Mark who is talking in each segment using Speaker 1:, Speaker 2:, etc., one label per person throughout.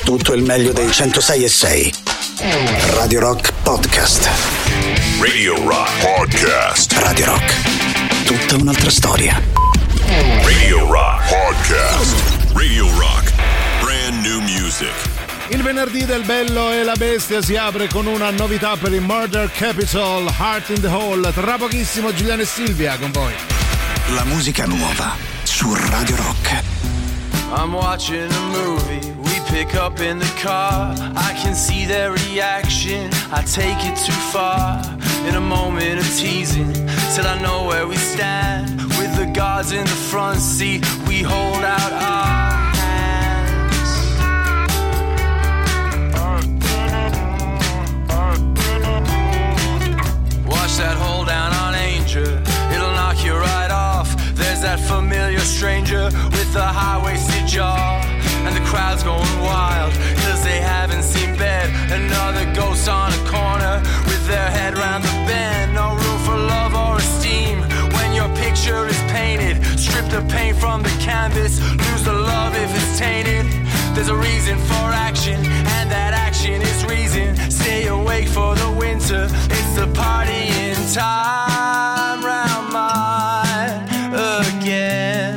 Speaker 1: Tutto il meglio dei 106.6. Radio Rock Podcast.
Speaker 2: Radio Rock Podcast.
Speaker 1: Radio Rock. Tutta un'altra storia.
Speaker 2: Radio Rock Podcast. Radio Rock. Brand new music.
Speaker 3: Il venerdì del Bello e la Bestia si apre con una novità per il Murder Capital, Heart in the Hole. Tra pochissimo Giuliano e Silvia con voi.
Speaker 1: La musica nuova su Radio Rock.
Speaker 4: I'm watching a movie, we pick up in the car. I can see their reaction, I take it too far. In a moment of teasing, till I know where we stand. With the guards in the front seat, we hold out our hands. Watch that hold down on Angel, it'll knock you right off. There's that familiar stranger with the high-waisted jaw. And the crowd's going wild, cause they haven't seen bed. Another ghost on a corner, with their head round the bend. No room for love or esteem, when your picture is painted. Strip the paint from the canvas, lose the love if it's tainted. There's a reason for action, and that action is reason. Stay awake for the winter, it's the party in time. Round mine again.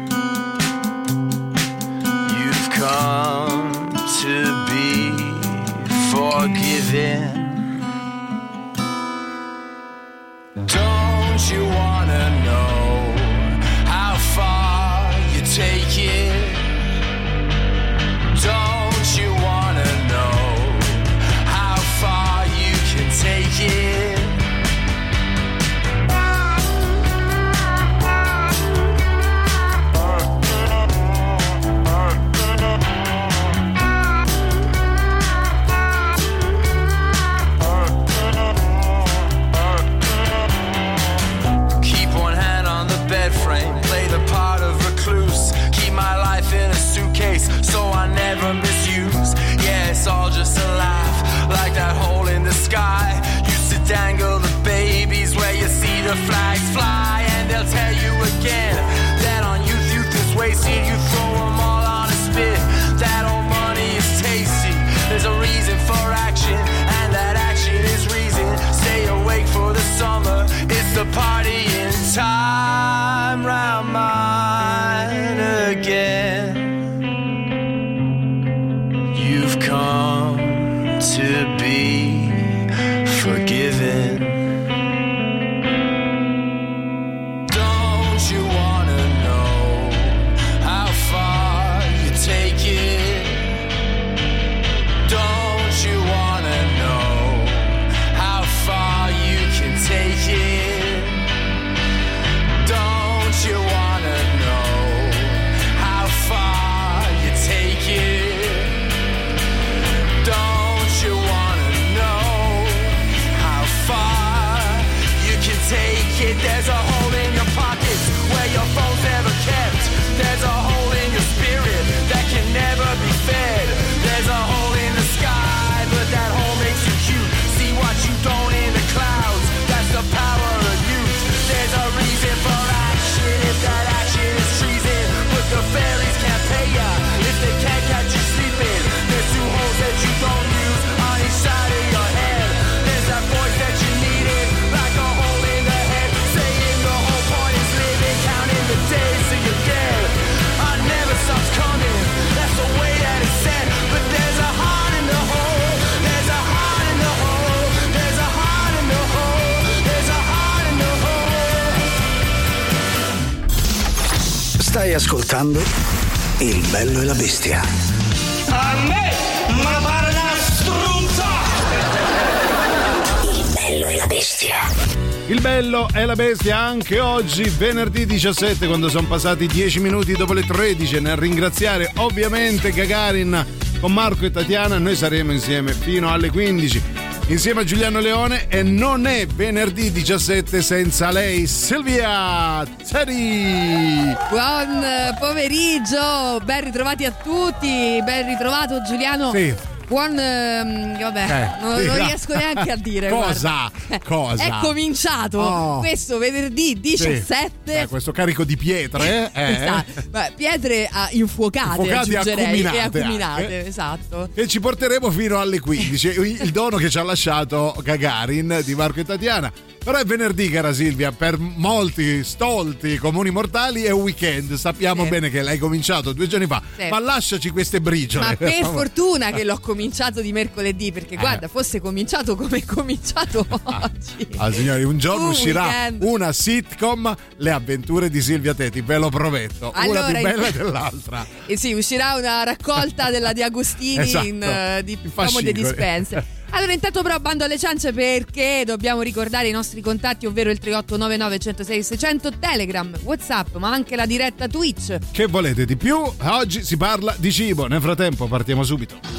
Speaker 4: You've come to be forgiven. Don't you wanna know how far you take it? Don't you wanna know how far you can take it? So I never misuse. Yeah, it's all just a laugh, like that hole in the sky. Used to dangle the babies where you see the flags fly. And they'll tell you again that on youth is wasted. You throw them all on a spit. That old money is tasty. There's a reason for action, and that action is reason. Stay awake for the summer, it's the party in time. Round mine again. You've come to be forgiven. Don't you wanna know how far you take it? Don't you wanna know how far you can take it? Don't you wanna know how far you take it? Don't you wanna know how far you can take it? There's a hole in your pockets where your phone's never kept. There's a hole in your spirit that can never be fed. There's a hole in the sky, but that hole makes you cute. See what you don't in the clouds, that's the power of youth. There's a reason for action, if that action is treason. But the fairies can't pay ya if they can't catch you sleeping. There's two holes that you don't use on each side of your head. There's that voice that you needed, like a hole in the head, saying the whole point is living, counting the days till you're dead. I never stops coming, that's the way that it's said. But there's a heart in the hole, there's a heart in the hole, there's a heart in the hole, there's a heart in the hole.
Speaker 1: Stai ascoltando Il Bello e la Bestia.
Speaker 5: A me, ma pare una struzza!
Speaker 1: Il Bello e la Bestia.
Speaker 3: Il Bello e la Bestia anche oggi, venerdì 17, quando sono passati 10 minuti dopo le 13. Nel ringraziare ovviamente Gagarin con Marco e Tatiana, noi saremo insieme fino alle 15. Insieme a Giuliano Leone, e non è venerdì 17 senza lei, Silvia Teddy.
Speaker 6: Buon pomeriggio, ben ritrovati a tutti, ben ritrovato Giuliano.
Speaker 3: Sì.
Speaker 6: vabbè, non riesco neanche a dire.
Speaker 3: Cosa?
Speaker 6: È cominciato questo venerdì 17.
Speaker 3: Sì. Questo carico di pietre.
Speaker 6: Esatto. Pietre infuocate, aggiungerei, e acuminate, esatto.
Speaker 3: E ci porteremo fino alle 15. Il dono che ci ha lasciato Gagarin di Marco e Tatiana. Però è venerdì, cara Silvia, per molti stolti comuni mortali è un weekend. Sappiamo bene che l'hai cominciato 2 giorni fa, ma lasciaci queste briciole.
Speaker 6: Ma per fortuna che l'ho cominciato di mercoledì, perché guarda, fosse cominciato come è cominciato oggi.
Speaker 3: Signori, un giorno uscirà
Speaker 6: weekend.
Speaker 3: Una sitcom, Le avventure di Silvia Teti, ve lo prometto,
Speaker 6: allora,
Speaker 3: una più bella dell'altra.
Speaker 6: Sì, uscirà una raccolta della Di Agostini
Speaker 3: esatto.
Speaker 6: di comode dispense. Allora intanto però bando alle ciance, perché dobbiamo ricordare i nostri contatti, ovvero il 3899 106 600, Telegram, WhatsApp, ma anche la diretta Twitch.
Speaker 3: Che volete di più? Oggi si parla di cibo, nel frattempo partiamo subito.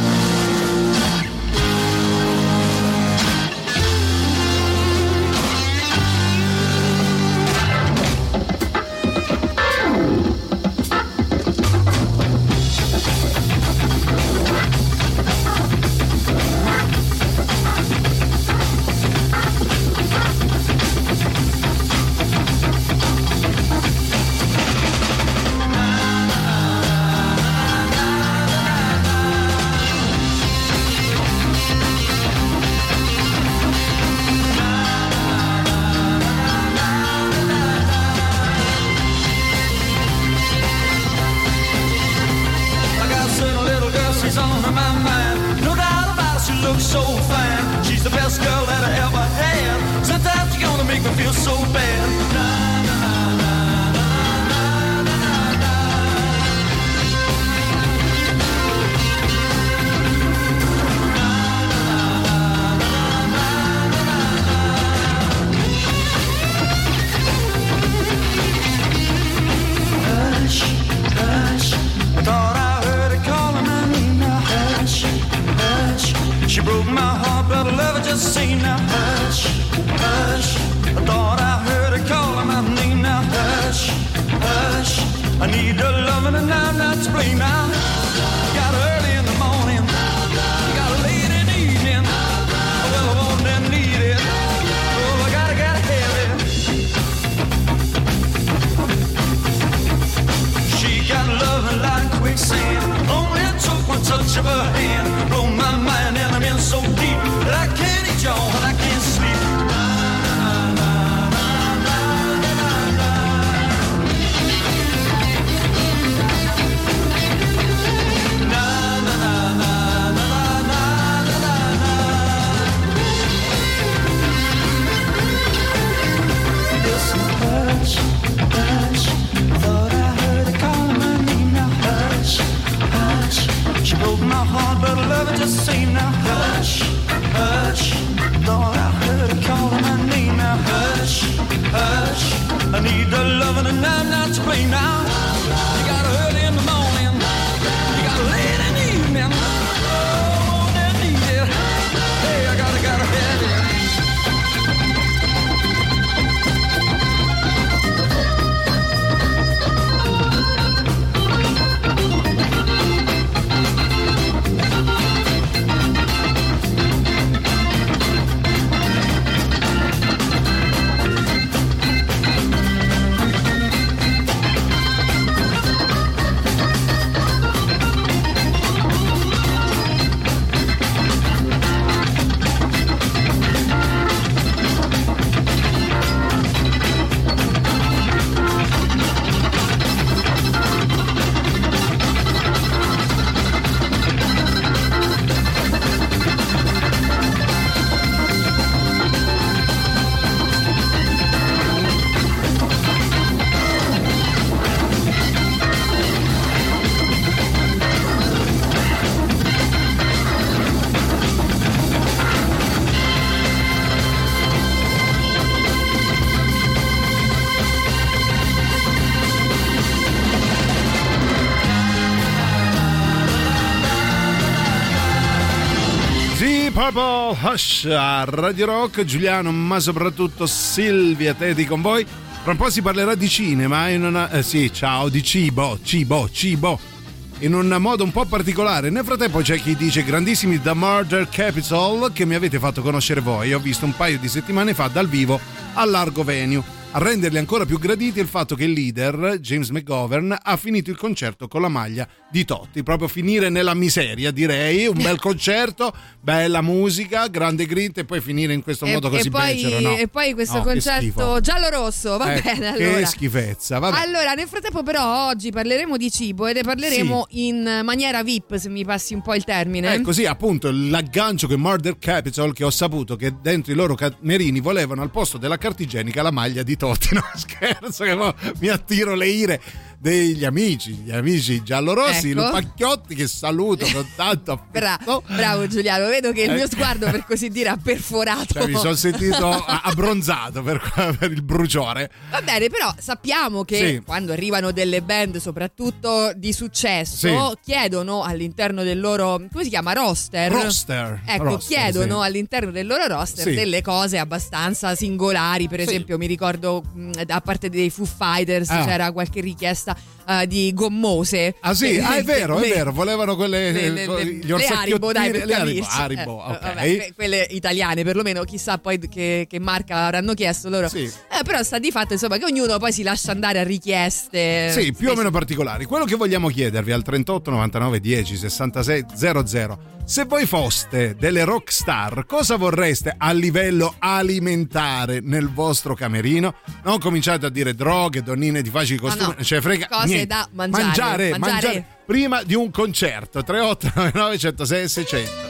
Speaker 3: Purple Hush a Radio Rock, Giuliano ma soprattutto Silvia Teti con voi. Tra un po' si parlerà di cinema sì, ciao, di cibo. in un modo un po' particolare. Nel frattempo c'è chi dice: grandissimi The Murder Capital, che mi avete fatto conoscere voi. Ho visto un paio di settimane fa dal vivo al Largo Venue. A renderli ancora più graditi è il fatto che il leader, James McGovern, ha finito il concerto con la maglia di Totti. Proprio finire nella miseria, direi. Un bel concerto, bella musica, grande grinta, e poi finire in questo modo così becero, no?
Speaker 6: E poi questo concerto giallo-rosso, va bene. Allora.
Speaker 3: Che schifezza, vabbè.
Speaker 6: Allora, nel frattempo però oggi parleremo di cibo e ne parleremo in maniera VIP, se mi passi un po' il termine.
Speaker 3: Così appunto l'aggancio che Murder Capital, che ho saputo che dentro i loro camerini volevano al posto della carta igienica la maglia di Totti. No, scherzo, che mi attiro le ire degli amici, gli amici giallorossi,
Speaker 6: ecco.
Speaker 3: Lupacchiotti, che saluto con tanto affetto.
Speaker 6: Bravo Giuliano, vedo che il mio sguardo, per così dire, ha perforato.
Speaker 3: Cioè, mi sono sentito abbronzato per il bruciore.
Speaker 6: Va bene, però sappiamo che quando arrivano delle band, soprattutto di successo, chiedono all'interno del loro, come si chiama, roster. Ecco, chiedono all'interno del loro roster delle cose abbastanza singolari. Per esempio, mi ricordo da parte dei Foo Fighters c'era qualche richiesta di gommose.
Speaker 3: Ah sì, è vero, volevano quelle gli
Speaker 6: Haribo, dai,
Speaker 3: le Haribo, ok.
Speaker 6: Vabbè, quelle italiane perlomeno, chissà poi che marca avranno chiesto loro. Però sta di fatto, insomma, che ognuno poi si lascia andare a richieste
Speaker 3: più o meno particolari. Quello che vogliamo chiedervi al 38 99 10 66 00: se voi foste delle rock star, cosa vorreste a livello alimentare nel vostro camerino? Non cominciate a dire droghe, donnine di facili costumi, cioè frega
Speaker 6: cose
Speaker 3: niente.
Speaker 6: da mangiare.
Speaker 3: Prima di un concerto. 38 99 106 600.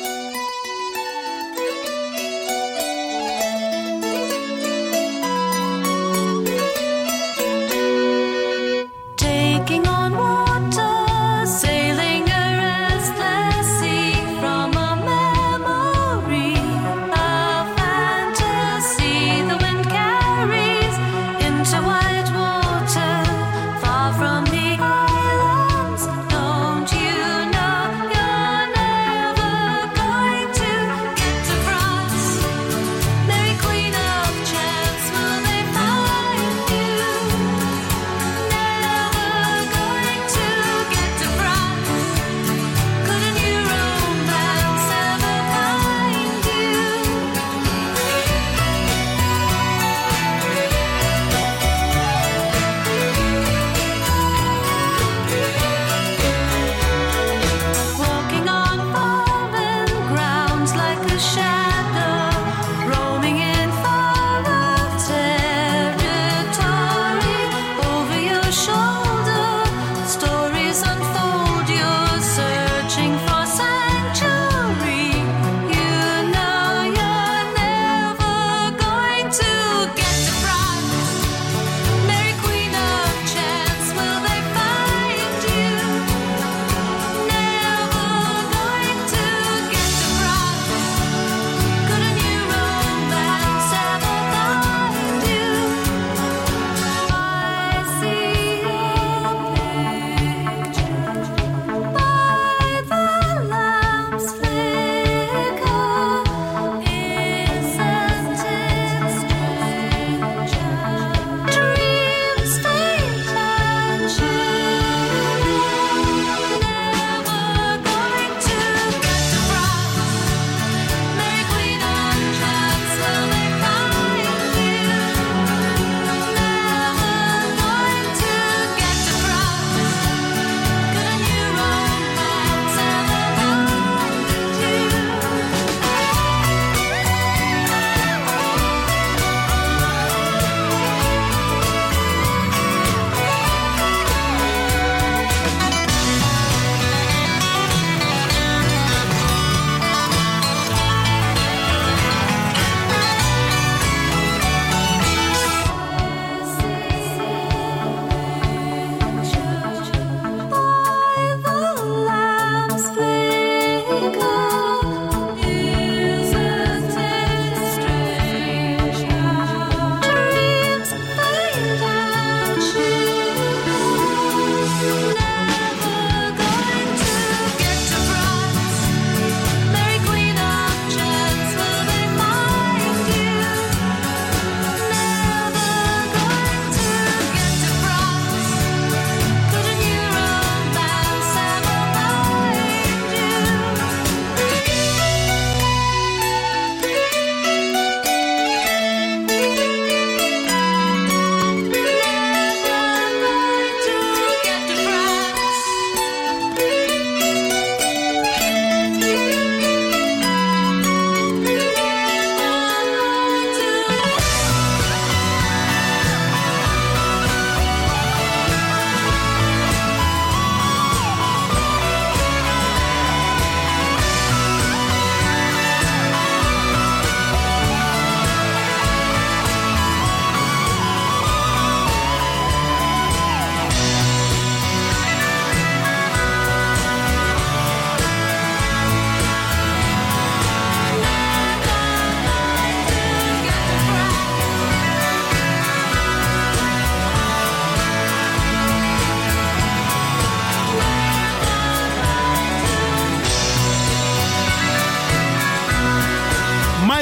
Speaker 7: Taking on water, sailing a restless sea from a memory, a fantasy the wind carries into white water, far from the islands. Don't you know you're never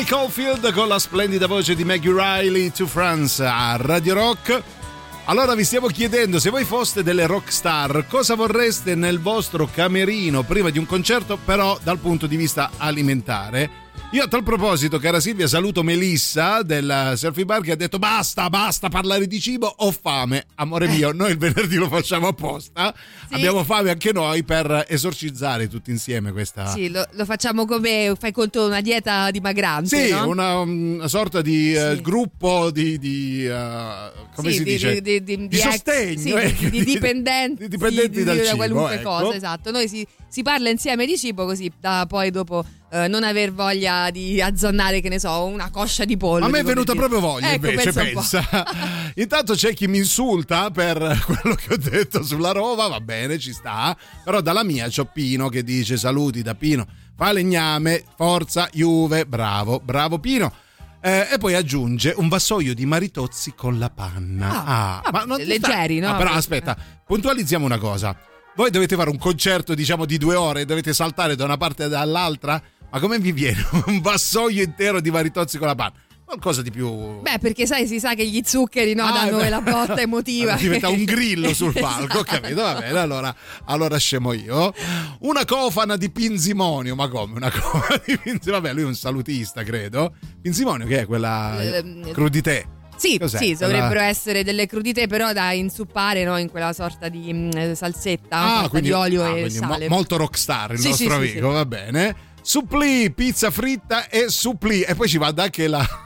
Speaker 3: Mike Oldfield con la splendida voce di Maggie Riley, To France a Radio Rock. Allora vi stiamo chiedendo, se voi foste delle rock star, cosa vorreste nel vostro camerino prima di un concerto, però dal punto di vista alimentare? Io a tal proposito, cara Silvia, saluto Melissa del Selfie Bar che ha detto basta parlare di cibo, ho fame. Amore mio, noi il venerdì lo facciamo apposta, sì. Abbiamo fame anche noi per esorcizzare tutti insieme questa...
Speaker 6: Sì, lo facciamo come fai conto una dieta dimagrante,
Speaker 3: sì,
Speaker 6: no?
Speaker 3: una sorta di gruppo di come si dice? Di sostegno,
Speaker 6: di dipendenti,
Speaker 3: dal cibo,
Speaker 6: da qualunque
Speaker 3: ecco.
Speaker 6: cosa, esatto. Noi si parla insieme di cibo così da poi dopo non aver voglia di azzannare, che ne so, una coscia di pollo.
Speaker 3: A me è venuta proprio voglia,
Speaker 6: ecco,
Speaker 3: invece, pensa. Intanto c'è chi mi insulta per quello che ho detto sulla Roma, va bene, ci sta, però dalla mia c'ho Pino che dice saluti da Pino, falegname, forza Juve, bravo Pino. E poi aggiunge un vassoio di maritozzi con la panna.
Speaker 6: Ma non leggeri, no?
Speaker 3: Però aspetta, puntualizziamo una cosa. Voi dovete fare un concerto, diciamo, di 2 ore, dovete saltare da una parte e dall'altra, ma come vi viene un vassoio intero di maritozzi con la panna? Qualcosa di più...
Speaker 6: Beh, perché si sa che gli zuccheri danno quella botta emotiva.
Speaker 3: Diventa un grillo sul
Speaker 6: Esatto.
Speaker 3: palco, capito? Va bene, allora scemo io. Una cofana di pinzimonio, ma come una cofana di pinzimonio? Vabbè, lui è un salutista, credo. Pinzimonio che è quella crudité.
Speaker 6: Sì, dovrebbero essere delle crudité però da inzuppare, no? In quella sorta di salsetta
Speaker 3: quindi,
Speaker 6: di olio e sale.
Speaker 3: Molto rockstar il nostro amico, va bene. Supplì, pizza fritta e supplì. E poi ci va anche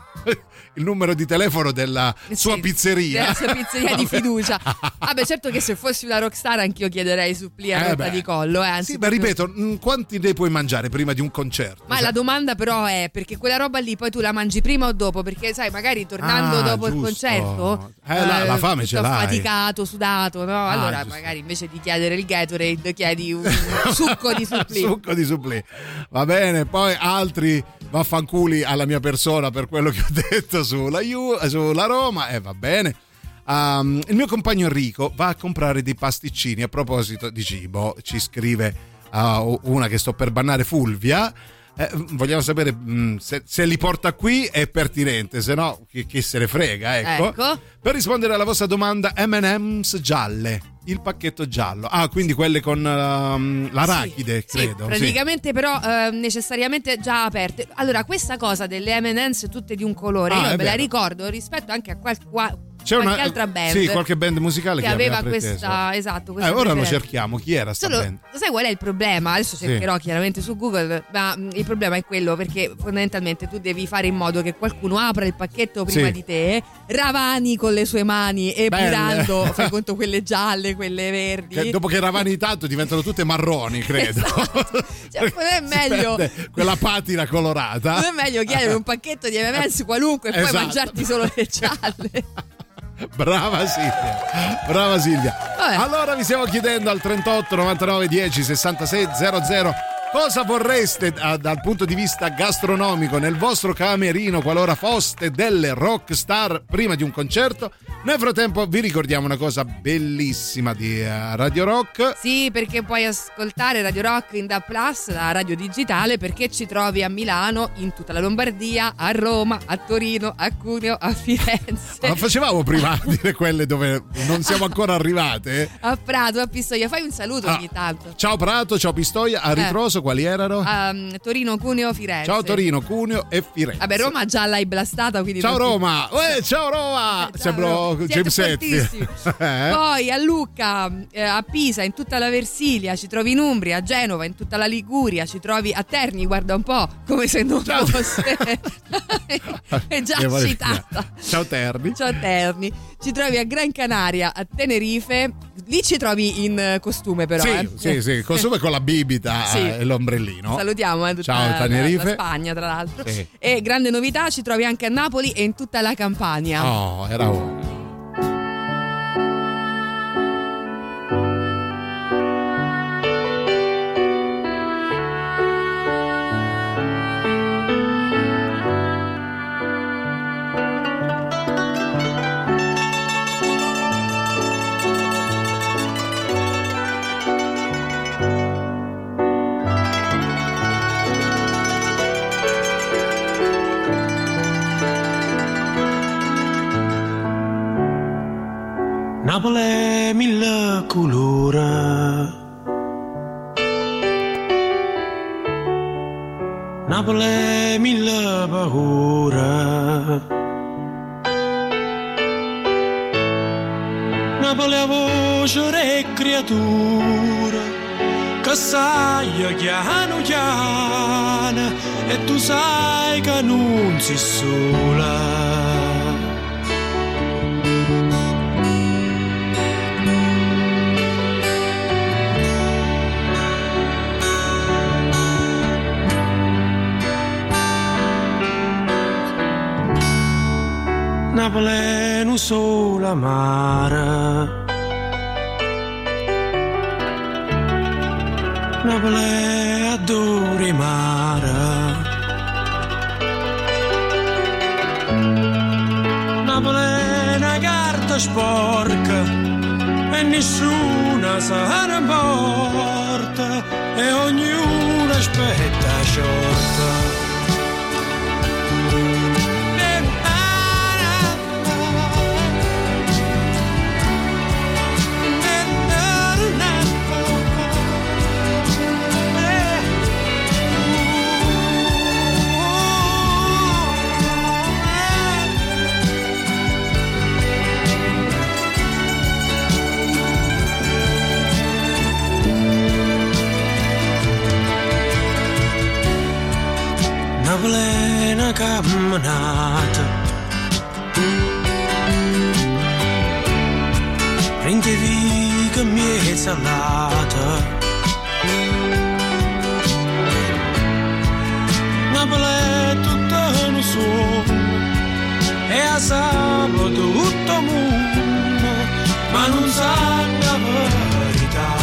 Speaker 3: il numero di telefono della sua pizzeria.
Speaker 6: Della sua pizzeria di fiducia. Vabbè, certo che se fossi una rockstar anch'io chiederei supplì a rotta di collo.
Speaker 3: Sì, ma ripeto, quanti ne puoi mangiare prima di un concerto?
Speaker 6: Ma la domanda però è, perché quella roba lì poi tu la mangi prima o dopo? Perché sai, magari tornando dopo il concerto
Speaker 3: la fame ce l'hai,
Speaker 6: affaticato, sudato, no? Allora
Speaker 3: giusto.
Speaker 6: magari invece di chiedere il Gatorade chiedi un succo di supplì.
Speaker 3: Succo di supplì. Va bene, poi altri vaffanculi alla mia persona per quello che ho detto sulla Roma, va bene. Il mio compagno Enrico va a comprare dei pasticcini. A proposito di cibo, ci scrive una che sto per bannare, Fulvia. Vogliamo sapere se li porta qui è pertinente, se no chi se ne frega, ecco. Per rispondere alla vostra domanda, M&M's gialle, il pacchetto giallo, quindi quelle con l'arachide, credo.
Speaker 6: Sì, praticamente però necessariamente già aperte. Allora, questa cosa delle M&M's tutte di un colore, io me la ricordo rispetto anche a qualche altra band.
Speaker 3: Sì, qualche band musicale che
Speaker 6: aveva
Speaker 3: questa.
Speaker 6: Esatto.
Speaker 3: Ora lo cerchiamo. Chi era sta band?
Speaker 6: Sai qual è il problema? Adesso cercherò chiaramente su Google, ma il problema è quello perché fondamentalmente tu devi fare in modo che qualcuno apra il pacchetto prima di te, ravani con le sue mani e epurando, fai conto quelle gialle, quelle verdi.
Speaker 3: Che dopo che ravani tanto diventano tutte marroni, credo.
Speaker 6: Esatto. Cioè, non è meglio
Speaker 3: quella patina colorata.
Speaker 6: Non è meglio chiedere un pacchetto di M&M's qualunque e poi mangiarti solo le gialle.
Speaker 3: Brava Silvia. Vabbè. Allora vi stiamo chiedendo al 38 99 10 66 00 cosa vorreste dal punto di vista gastronomico nel vostro camerino qualora foste delle rock star prima di un concerto. Nel frattempo vi ricordiamo una cosa bellissima di Radio Rock.
Speaker 6: Sì, perché puoi ascoltare Radio Rock in DAB+, la radio digitale, perché ci trovi a Milano, in tutta la Lombardia, a Roma, a Torino, a Cuneo, a Firenze.
Speaker 3: Ma facevamo prima a dire quelle dove non siamo ancora arrivate?
Speaker 6: A Prato, a Pistoia. Fai un saluto ogni tanto.
Speaker 3: Ciao Prato, ciao Pistoia. A ritroso quali erano?
Speaker 6: Torino, Cuneo, Firenze.
Speaker 3: Ciao Torino, Cuneo e Firenze.
Speaker 6: Vabbè, Roma già l'hai blastata, quindi
Speaker 3: ciao Roma. Ciao Roma. Sembro Jamesetti.
Speaker 6: Poi a Lucca, a Pisa, in tutta la Versilia, ci trovi in Umbria, a Genova, in tutta la Liguria, ci trovi a Terni, guarda un po', come se non fosse è già citata.
Speaker 3: Ciao Terni.
Speaker 6: Ci trovi a Gran Canaria, a Tenerife, lì ci trovi in costume però.
Speaker 3: Sì, costume con la bibita e l'ombrellino.
Speaker 6: Salutiamo tutta
Speaker 3: ciao Tenerife.
Speaker 6: La Spagna, tra l'altro. E grande novità, ci trovi anche a Napoli e in tutta la Campania.
Speaker 3: Era ora.
Speaker 8: Napoli è mille colori, Napoli è mille paure, Napoli è voce e creatura che sai chiano chiano e tu sai che non sei sola. Napoli è un solo mare, Napoli è adore mare, Napoli è una carta sporca e nessuna se ne importa e ognuno aspetta sciorta. Napoli è una camminata, prendevi che mi è salata. Napoli è tutto un sogno e a sabato tutto il mondo, ma non sa la verità.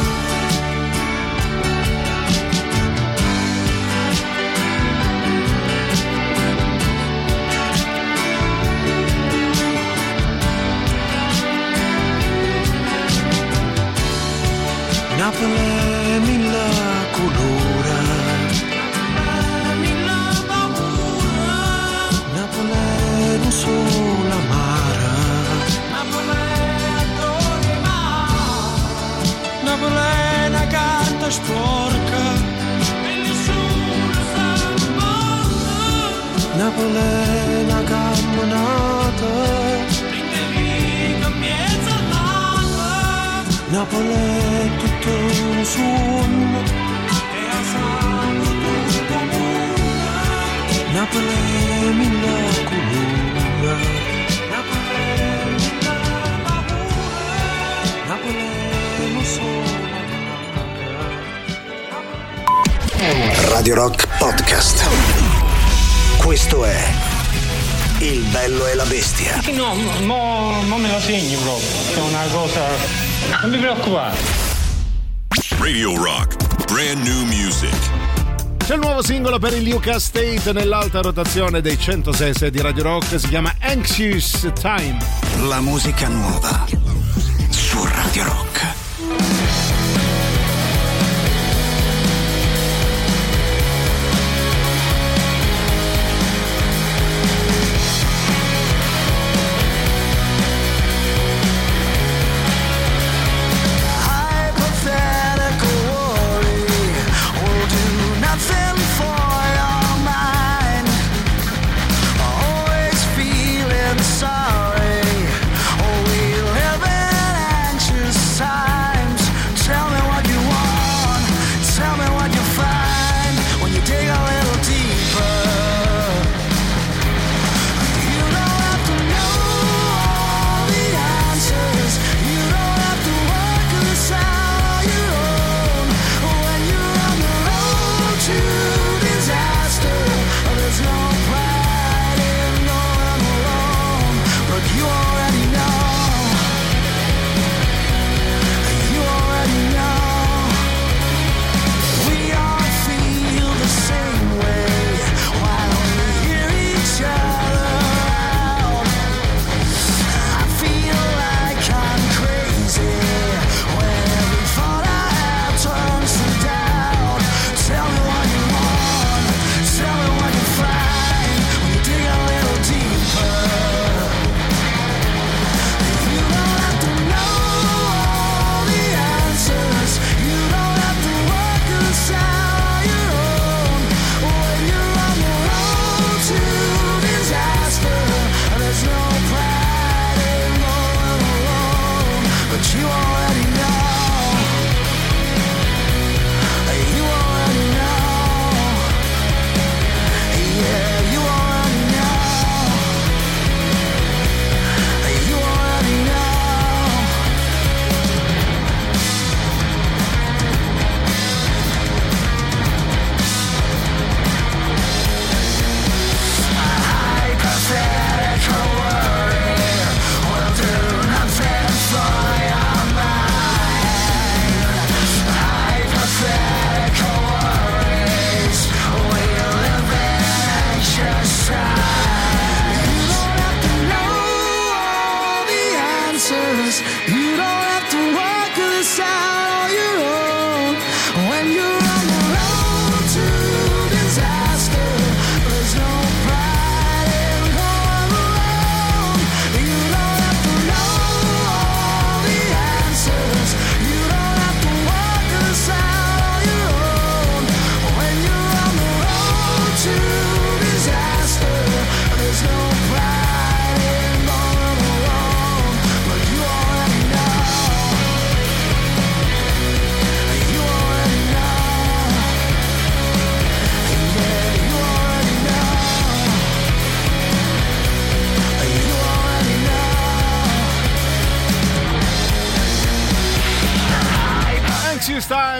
Speaker 8: Napoli è mille colori, mille paure, Napoli è un solo mare, Napoli è adore mare, Napoli è una carta sporca e nessuno sa importa, Napoli è una camminata. Napoli è tutto un sogno e a sangue tutto mondo. Napoli è mille colori, Napoli è mille paure, Napoli è un solo.
Speaker 1: Radio Rock Podcast. Questo è Il bello e la bestia.
Speaker 5: No, mo me lo segni proprio. È una cosa. Non mi preoccupare.
Speaker 2: Radio Rock, brand new music.
Speaker 3: C'è il nuovo singolo per il Luca State nell'alta rotazione dei 106 di Radio Rock, si chiama Anxious Time.
Speaker 1: La musica nuova su Radio Rock.
Speaker 4: Sorry, oh, we live in anxious times.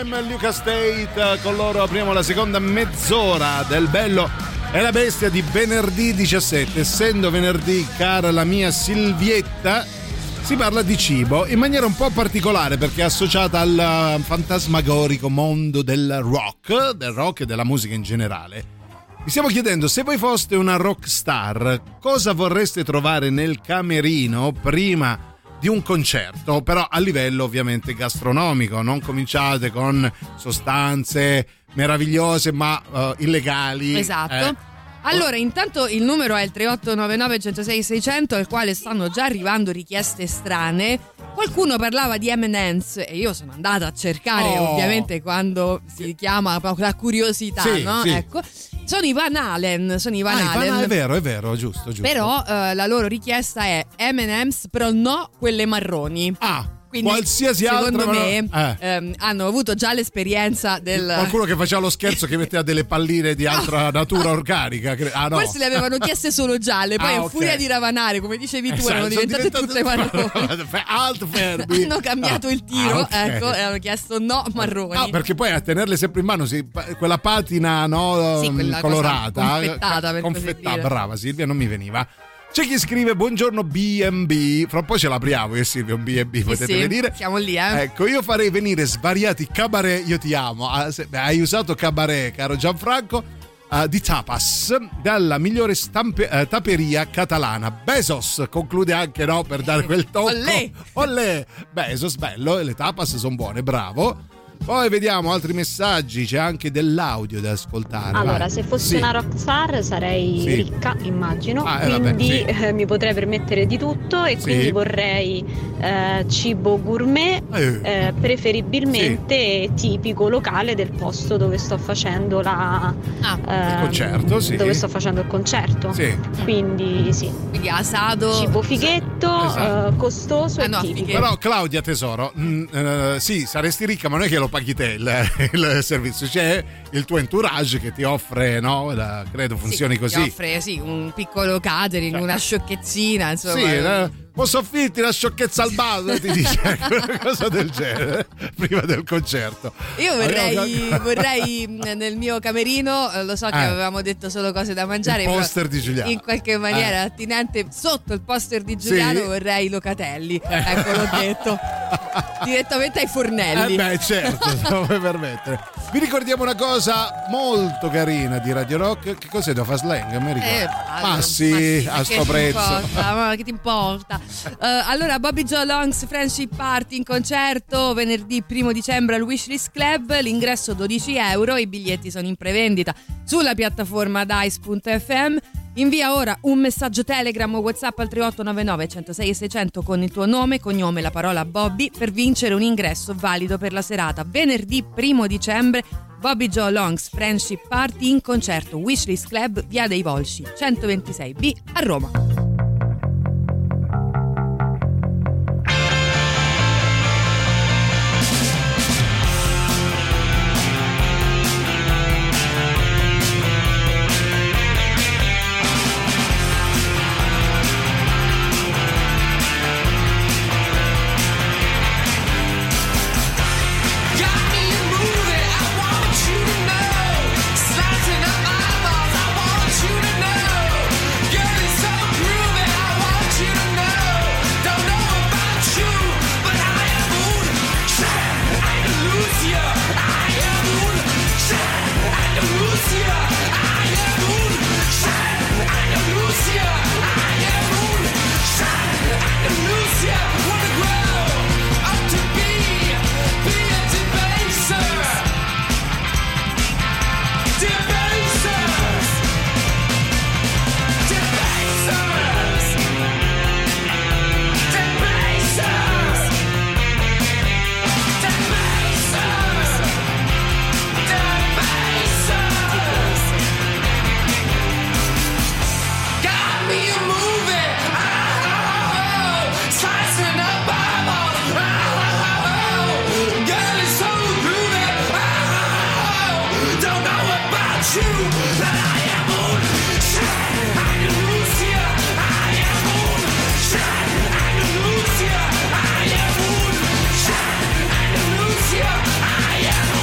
Speaker 3: Time, Luca State, con loro apriamo la seconda mezz'ora del Bello e la Bestia di venerdì 17. Essendo venerdì, cara la mia Silvietta, si parla di cibo in maniera un po' particolare perché è associata al fantasmagorico mondo del rock e della musica in generale. Vi stiamo chiedendo, se voi foste una rock star, cosa vorreste trovare nel camerino prima di un concerto, però a livello ovviamente gastronomico. Non cominciate con sostanze meravigliose ma illegali.
Speaker 6: Esatto. Allora, intanto il numero è il 3899 106 600, al quale stanno già arrivando richieste strane. Qualcuno parlava di M&M's e io sono andata a cercare, ovviamente, quando si chiama la curiosità, sì, no? Sì. Ecco. Sono i Van Halen.
Speaker 3: È vero, giusto.
Speaker 6: Però la loro richiesta è M&M's, però no quelle marroni. Quindi,
Speaker 3: qualsiasi
Speaker 6: secondo
Speaker 3: altra
Speaker 6: me hanno avuto già l'esperienza del
Speaker 3: qualcuno che faceva lo scherzo che metteva delle palline di altra natura organica. No.
Speaker 6: Queste le avevano chieste solo gialle, poi a furia di ravanare, come dicevi tu, erano diventate tutte marroni. Hanno cambiato il tiro, ecco, e hanno chiesto no marroni.
Speaker 3: Perché poi a tenerle sempre in mano quella patina, no,
Speaker 6: sì, quella
Speaker 3: colorata, confettata, brava Silvia, non mi veniva. C'è chi scrive buongiorno B&B, fra un po' ce l'apriamo io e Silvia un B&B, potete venire.
Speaker 6: Siamo lì,
Speaker 3: Ecco, io farei venire svariati cabaret, io ti amo, hai usato cabaret, caro Gianfranco, di tapas, dalla migliore taperia catalana. Bezos conclude anche, no, per dare quel tocco. Olè! Bezos, bello, le tapas sono buone, bravo. Poi vediamo altri messaggi, c'è anche dell'audio da ascoltare.
Speaker 9: Allora, se fossi una rockstar sarei ricca, immagino, quindi mi potrei permettere di tutto e quindi vorrei cibo gourmet, preferibilmente tipico locale del posto dove sto facendo il
Speaker 3: concerto,
Speaker 9: dove sto facendo il concerto. Quindi
Speaker 6: asado,
Speaker 9: cibo fighetto, costoso e tipico.
Speaker 3: Però Claudia tesoro, sì, saresti ricca, ma non è che lo paghi te il servizio, c'è il tuo entourage che ti offre, no? Credo funzioni così.
Speaker 6: Ti offre un piccolo catering, una sciocchezzina, insomma.
Speaker 3: Posso offrirti la sciocchezza al bar? Ti dice una cosa del genere prima del concerto.
Speaker 6: Io vorrei nel mio camerino, lo so che avevamo detto solo cose da mangiare,
Speaker 3: il poster di Giuliano,
Speaker 6: in qualche maniera attinente, sotto il poster di Giuliano vorrei locatelli, ecco, l'ho detto direttamente ai fornelli.
Speaker 3: Certo, se non puoi permettere. Vi ricordiamo una cosa molto carina di Radio Rock. Che cos'è? Devo fare slang? Mi ricordo. Ma sì, a sto prezzo.
Speaker 6: Ma che ti importa? Allora, Bobby Joe Long's Friendship Party in concerto venerdì 1 dicembre al Wishlist Club. L'ingresso €12, i biglietti sono in prevendita sulla piattaforma dice.fm. Invia ora un messaggio Telegram o WhatsApp al 3899 106 600 con il tuo nome, cognome e la parola Bobby per vincere un ingresso valido per la serata venerdì 1 dicembre. Bobby Joe Long's Friendship Party in concerto, Wishlist Club, via dei Volsci 126B a Roma.
Speaker 4: I am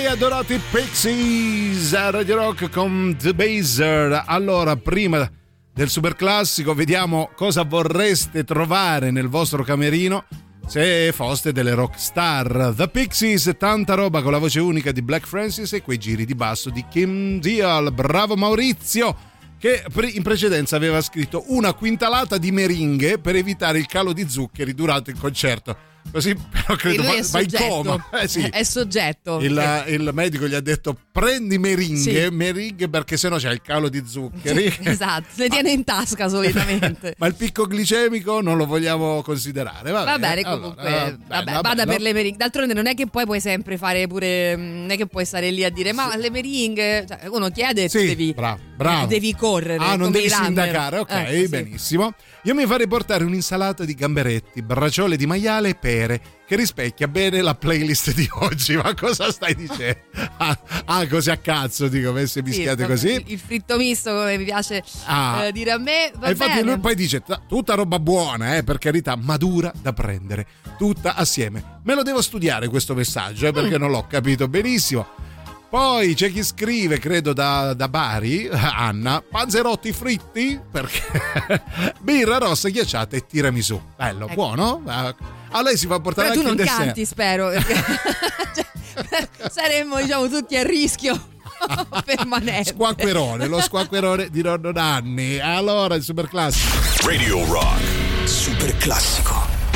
Speaker 3: miei adorati Pixies a Radio Rock con The Baser. Allora, prima del super classico, vediamo cosa vorreste trovare nel vostro camerino se foste delle rock star. The Pixies, tanta roba con la voce unica di Black Francis e quei giri di basso di Kim Deal. Bravo Maurizio, che in precedenza aveva scritto una quintalata di meringhe per evitare il calo di zuccheri durante il concerto. Così però credo va in coma. Sì.
Speaker 6: È soggetto.
Speaker 3: Il medico gli ha detto prendi meringhe perché sennò c'è il calo di zuccheri.
Speaker 6: Esatto, le tiene in tasca solitamente.
Speaker 3: Ma il picco glicemico non lo vogliamo considerare.
Speaker 6: Va bene, comunque vada per le meringhe. D'altronde non è che poi puoi sempre fare pure, non è che puoi stare lì a dire ma le meringhe, cioè, uno chiede e tu devi correre.
Speaker 3: Non devi sindacare, ok, benissimo. Io mi farei portare un'insalata di gamberetti, braciole di maiale e pere, che rispecchia bene la playlist di oggi. Ma cosa stai dicendo? Così a cazzo, dico, messe mischiate così.
Speaker 6: Il fritto misto, come mi piace dire a me, va
Speaker 3: infatti
Speaker 6: bene.
Speaker 3: Lui poi dice tutta roba buona, per carità, ma dura da prendere, tutta assieme. Me lo devo studiare questo messaggio, perché non l'ho capito benissimo. Poi c'è chi scrive, credo da Bari, Anna, panzerotti fritti, perché birra rossa ghiacciata e tiramisù. Bello, buono? A lei si fa portare
Speaker 6: però
Speaker 3: anche il dessert.
Speaker 6: Tu non canti, spero, perché saremmo, diciamo, tutti a rischio permanente.
Speaker 3: Squacquerone, lo squacquerone di nonno Nanni. Allora, il super classico.
Speaker 2: Radio Rock.
Speaker 1: Super classico.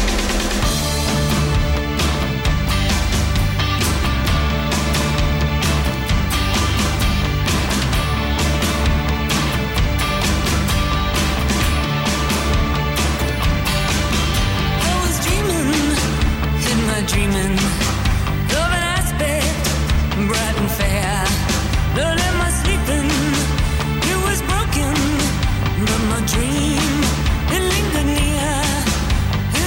Speaker 10: Dreaming of an aspect bright and fair. But in my sleeping, it was broken. But my dream, it lingered near.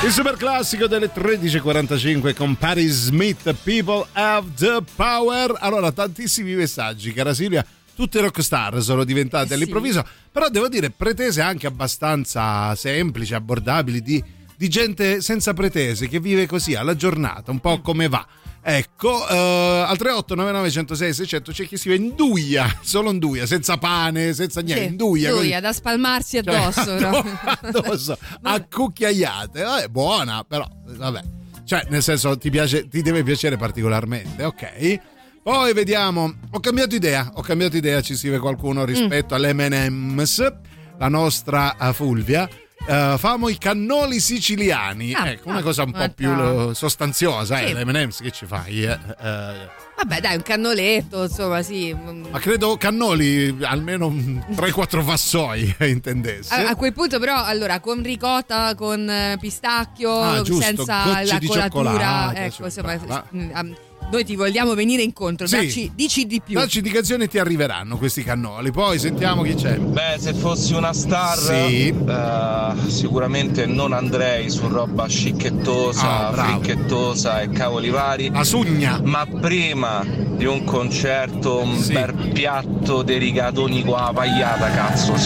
Speaker 3: Il super classico delle 13.45 con Patti Smith, People Have the Power. Allora, tantissimi messaggi, cara Silvia, tutte rockstar sono diventate all'improvviso, però devo dire pretese anche abbastanza semplici, abbordabili, di gente senza pretese, che vive così alla giornata, un po' come va. Ecco, al 3899 106 600 c'è chi si va in duia, solo in duia, senza pane, senza niente, in duia
Speaker 6: da spalmarsi addosso,
Speaker 3: addosso a cucchiaiate. Buona, però vabbè, cioè nel senso ti deve piacere particolarmente, ok? Poi vediamo, ho cambiato idea, ci scrive qualcuno rispetto all'M&M's, la nostra Fulvia. Famo i cannoli siciliani, ecco, una cosa un po' più sostanziosa, l'M&M's che ci fai?
Speaker 6: Vabbè, dai, un cannoletto, insomma, sì.
Speaker 3: Ma credo cannoli almeno 3-4 vassoi intendessi.
Speaker 6: A quel punto però, allora, con ricotta, con pistacchio,
Speaker 3: giusto,
Speaker 6: senza la colatura, ecco, insomma, noi ti vogliamo venire incontro, dici di più.
Speaker 3: Dacci indicazioni, ti arriveranno questi cannoli. Poi sentiamo chi c'è.
Speaker 11: Beh, se fossi una star, sicuramente non andrei su roba scicchettosa, fricchettosa e cavoli vari.
Speaker 3: La sugna.
Speaker 11: Ma prima di un concerto, un bel piatto di rigatoni con la pagliata, cazzo.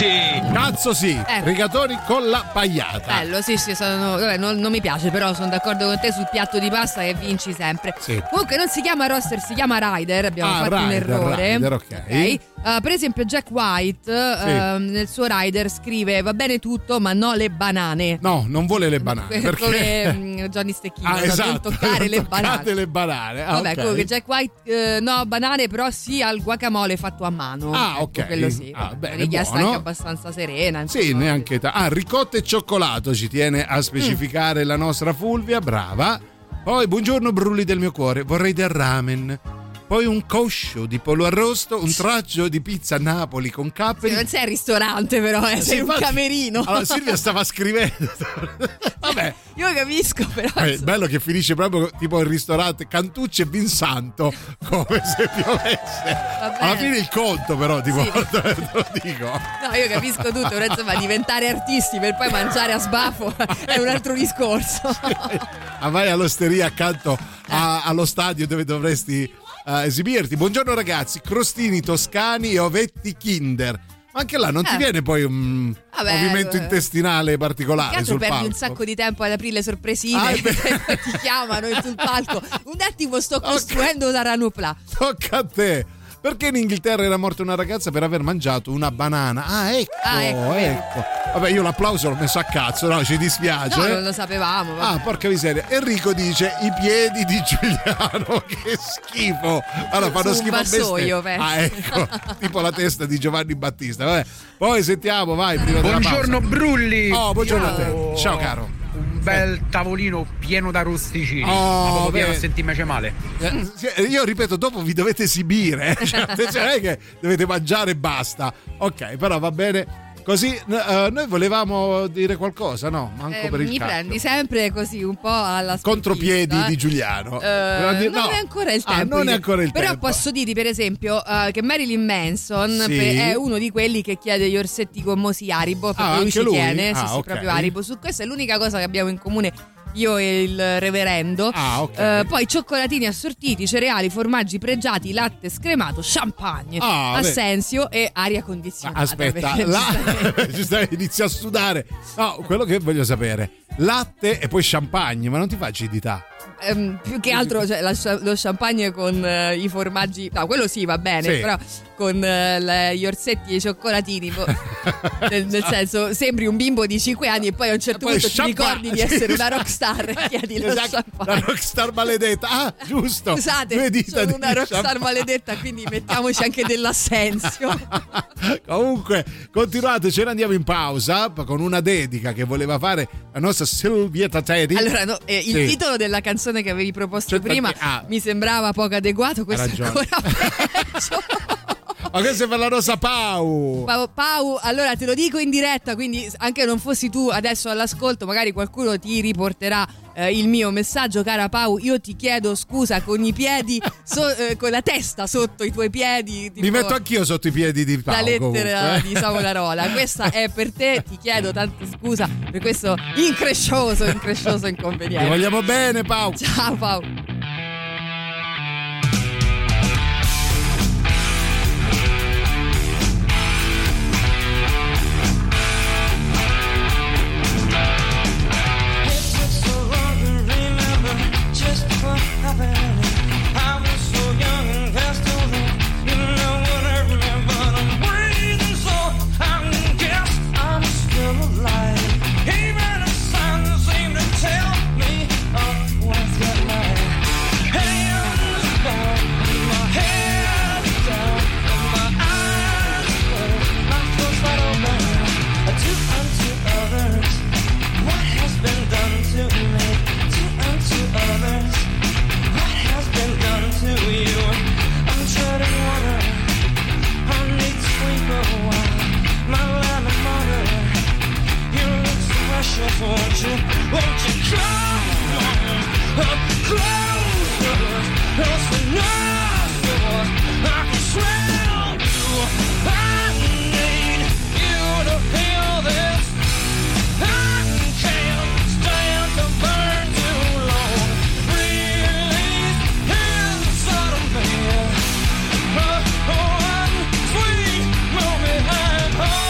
Speaker 11: Sì. Rigatoni con la pagliata.
Speaker 6: Bello, sì, vabbè, non mi piace, però sono d'accordo con te sul piatto di pasta che vinci sempre. Comunque non si chiama roster, si chiama rider, abbiamo fatto un errore.
Speaker 3: Rider, ok.
Speaker 6: Per esempio Jack White nel suo rider scrive: va bene tutto ma no le banane.
Speaker 3: No, non vuole le banane perché...
Speaker 6: come Johnny Stecchino,
Speaker 3: esatto,
Speaker 6: non toccare le banane.
Speaker 3: Le banane.
Speaker 6: Vabbè, comunque Jack White no banane, però sì al guacamole fatto a mano.
Speaker 3: Ok,
Speaker 6: quello sì.
Speaker 3: Bene,
Speaker 6: richiesta anche abbastanza serena, insomma.
Speaker 3: Sì, neanche ricotta e cioccolato ci tiene a specificare la nostra Fulvia, brava. Poi buongiorno brulli del mio cuore, vorrei del ramen, poi un coscio di pollo arrosto, un traccio di pizza a Napoli con capperi.
Speaker 6: Non sei al ristorante però, sei un camerino.
Speaker 3: Allora Silvia stava scrivendo. Vabbè,
Speaker 6: io capisco però.
Speaker 3: È bello che finisce proprio tipo il ristorante Cantucci e Vinsanto, come se piovesse. Alla fine il conto però, tipo, te lo dico.
Speaker 6: No, io capisco tutto, però insomma diventare artisti per poi mangiare a sbaffo è un altro discorso.
Speaker 3: Vai all'osteria accanto allo stadio dove dovresti esibirti. Buongiorno ragazzi, crostini toscani e ovetti Kinder. Ma anche là non ti viene poi un movimento intestinale particolare sul palco?
Speaker 6: Perdi un sacco di tempo ad aprire le sorpresine e poi ti chiamano sul palco. Un attimo, sto costruendo la ranupla.
Speaker 3: Tocca a te. Perché in Inghilterra era morta una ragazza per aver mangiato una banana? Ecco. Vabbè, io l'applauso l'ho messo a cazzo, no, ci dispiace.
Speaker 6: No, non lo sapevamo. Vabbè.
Speaker 3: Porca miseria. Enrico dice i piedi di Giuliano, che schifo. Allora fanno schifo a bestia. Ecco, tipo la testa di Giovanni Battista. Vabbè. Poi sentiamo, vai, prima della pausa.
Speaker 12: Buongiorno Brulli.
Speaker 3: Buongiorno a te. Ciao caro.
Speaker 12: Un bel tavolino pieno d'arrosticini, ma proprio pieno a sentirmi male.
Speaker 3: Io ripeto, dopo vi dovete esibire, cioè non è che dovete mangiare e basta. Ok, però va bene. Così noi volevamo dire qualcosa, no? Manco per il
Speaker 6: mi
Speaker 3: cacchio.
Speaker 6: prendi sempre così un po' alla sconfitta.
Speaker 3: Contropiedi di Giuliano.
Speaker 6: Non è ancora il tempo.
Speaker 3: Non è ancora il
Speaker 6: però
Speaker 3: tempo.
Speaker 6: posso dirti per esempio che Marilyn Manson è uno di quelli che chiede gli orsetti gommosi Haribo, perché lui ci tiene, sì, proprio Haribo. Su questa è l'unica cosa che abbiamo in comune io e il reverendo. Poi cioccolatini assortiti, cereali, formaggi pregiati, latte scremato, champagne, assenzio e aria condizionata.
Speaker 3: Aspetta, inizia a sudare. No, quello che voglio sapere, latte e poi champagne, ma non ti fa acidità?
Speaker 6: Più che altro cioè, lo champagne con i formaggi, no, quello sì va bene, però con gli orsetti e i cioccolatini nel senso sembri un bimbo di 5 anni e poi a un certo punto ti ricordi di essere una rockstar. Chiedi lo champagne.
Speaker 3: La rockstar maledetta, giusto,
Speaker 6: scusate, sono una rockstar maledetta, quindi mettiamoci anche dell'assenzio.
Speaker 3: Comunque continuate, ce ne andiamo in pausa con una dedica che voleva fare la nostra Silvietta Teddy.
Speaker 6: Allora il titolo della canzone che avevi proposto prima mi sembrava poco adeguato, questo è ancora peggio.
Speaker 3: Ma questo è per la Rosa Pau.
Speaker 6: Pau, allora te lo dico in diretta, quindi anche non fossi tu adesso all'ascolto, magari qualcuno ti riporterà il mio messaggio. Cara Pau, io ti chiedo scusa con i piedi, con la testa sotto i tuoi piedi.
Speaker 3: Mi metto anch'io sotto i piedi di Pau.
Speaker 6: La lettera di Savonarola. Questa è per te, ti chiedo tanta scusa per questo increscioso inconveniente.
Speaker 3: Ti vogliamo bene, Pau.
Speaker 6: Ciao Pau.
Speaker 8: Won't you come closer, close enough so I can swim you. I need you to feel this. I can't stand to burn too long. Release inside of me. One sweet moment at home.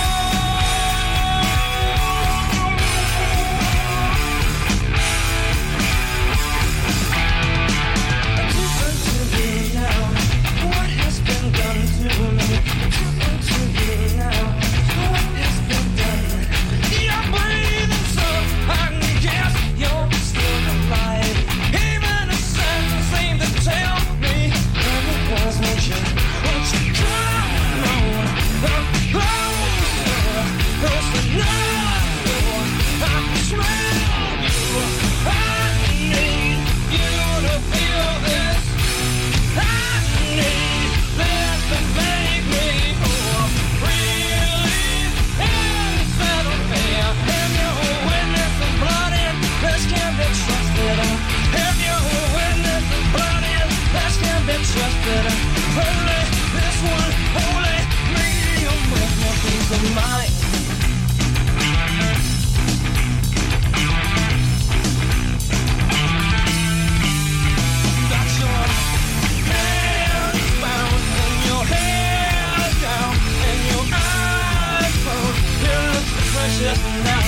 Speaker 8: Trusted, only this one, only me, I'm with no peace of mind. Got your hands bound and your hair down and your eyes closed. You look so precious now.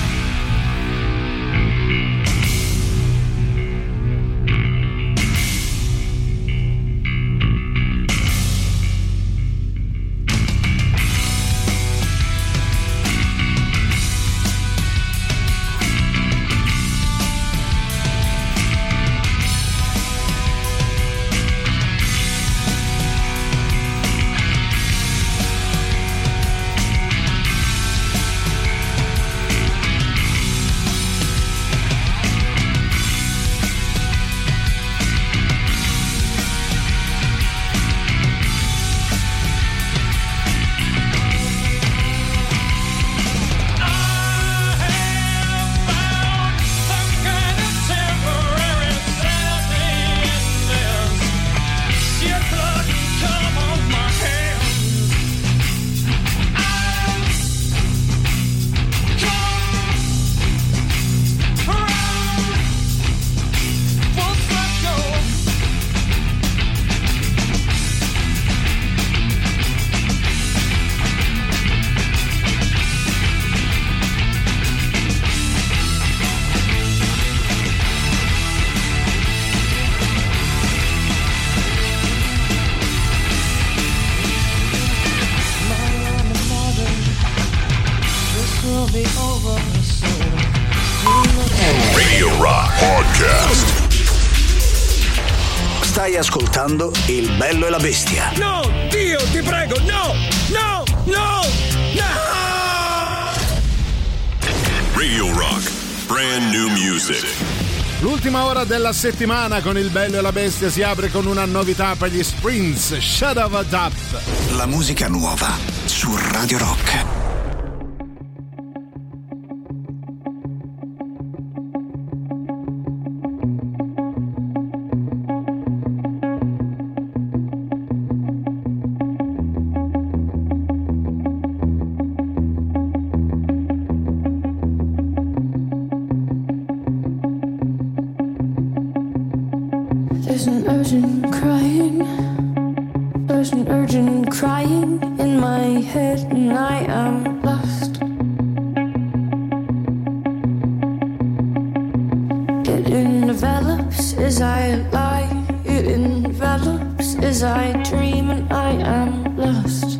Speaker 1: Radio Rock Podcast. Stai ascoltando Il Bello e la Bestia.
Speaker 8: No, Dio, ti prego, no, no, no, no!
Speaker 2: Radio Rock, brand new music.
Speaker 3: L'ultima ora della settimana con Il Bello e la Bestia si apre con una novità per gli Sprints, Shadow of a Doubt.
Speaker 1: La musica nuova su Radio Rock.
Speaker 13: There's an urgent crying. There's an urgent crying in my head, and I am lost. It envelops as I lie. It envelops as I dream, and I am lost.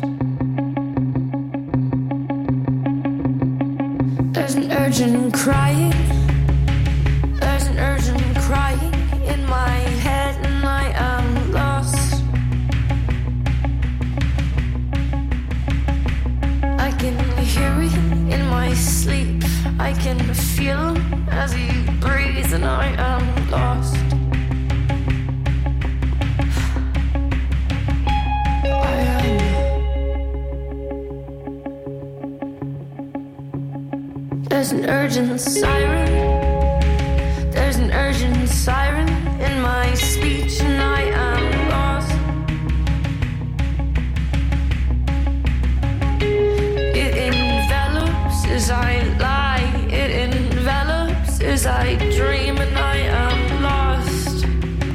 Speaker 13: There's an urgent crying. There's an urgent crying in my head, and I am lost. I can hear it in my sleep. I can feel him as he breathes, and I am lost. I am. There's an urgent siren. There's an urgent siren in my speech, and I am lost. It envelops as I lie. It envelops as I dream, and I am lost.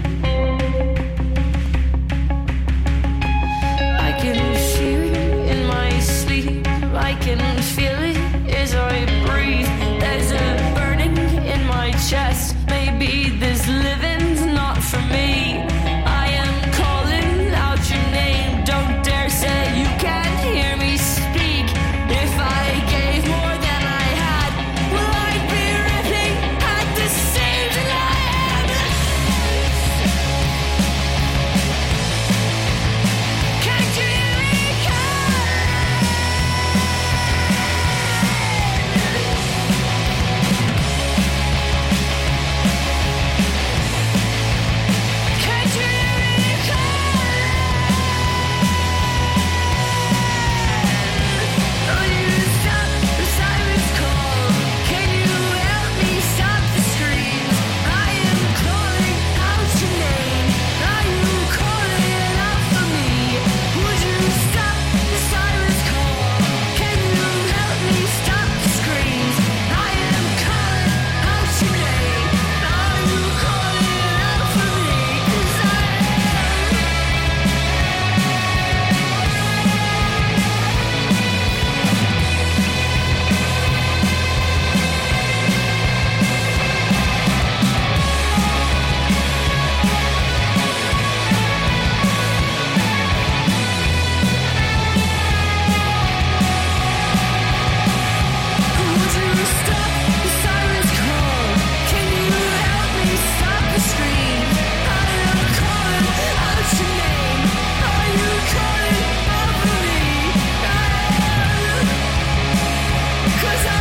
Speaker 13: I can feel it in my sleep. I can feel it as I breathe. There's a burning in my chest. Maybe this living's not for me. I am calling out your name. Don't dare say you can't hear me speak. If I gave more than I had, well, I'd be ripping at the seams, and I am. Can't you hear me Can't you hear me Will you stop the sirens call? Can you help me stop the screams? I am calling out your name. Are you calling out for me? Would you stop the sirens call? Can you help me stop the screams? I am calling out your name. Are you calling out for me? 'Cause I Would you stop the sirens call? Can you help me stop the screams? I am calling out your name. Are you calling out for me? 'Cause I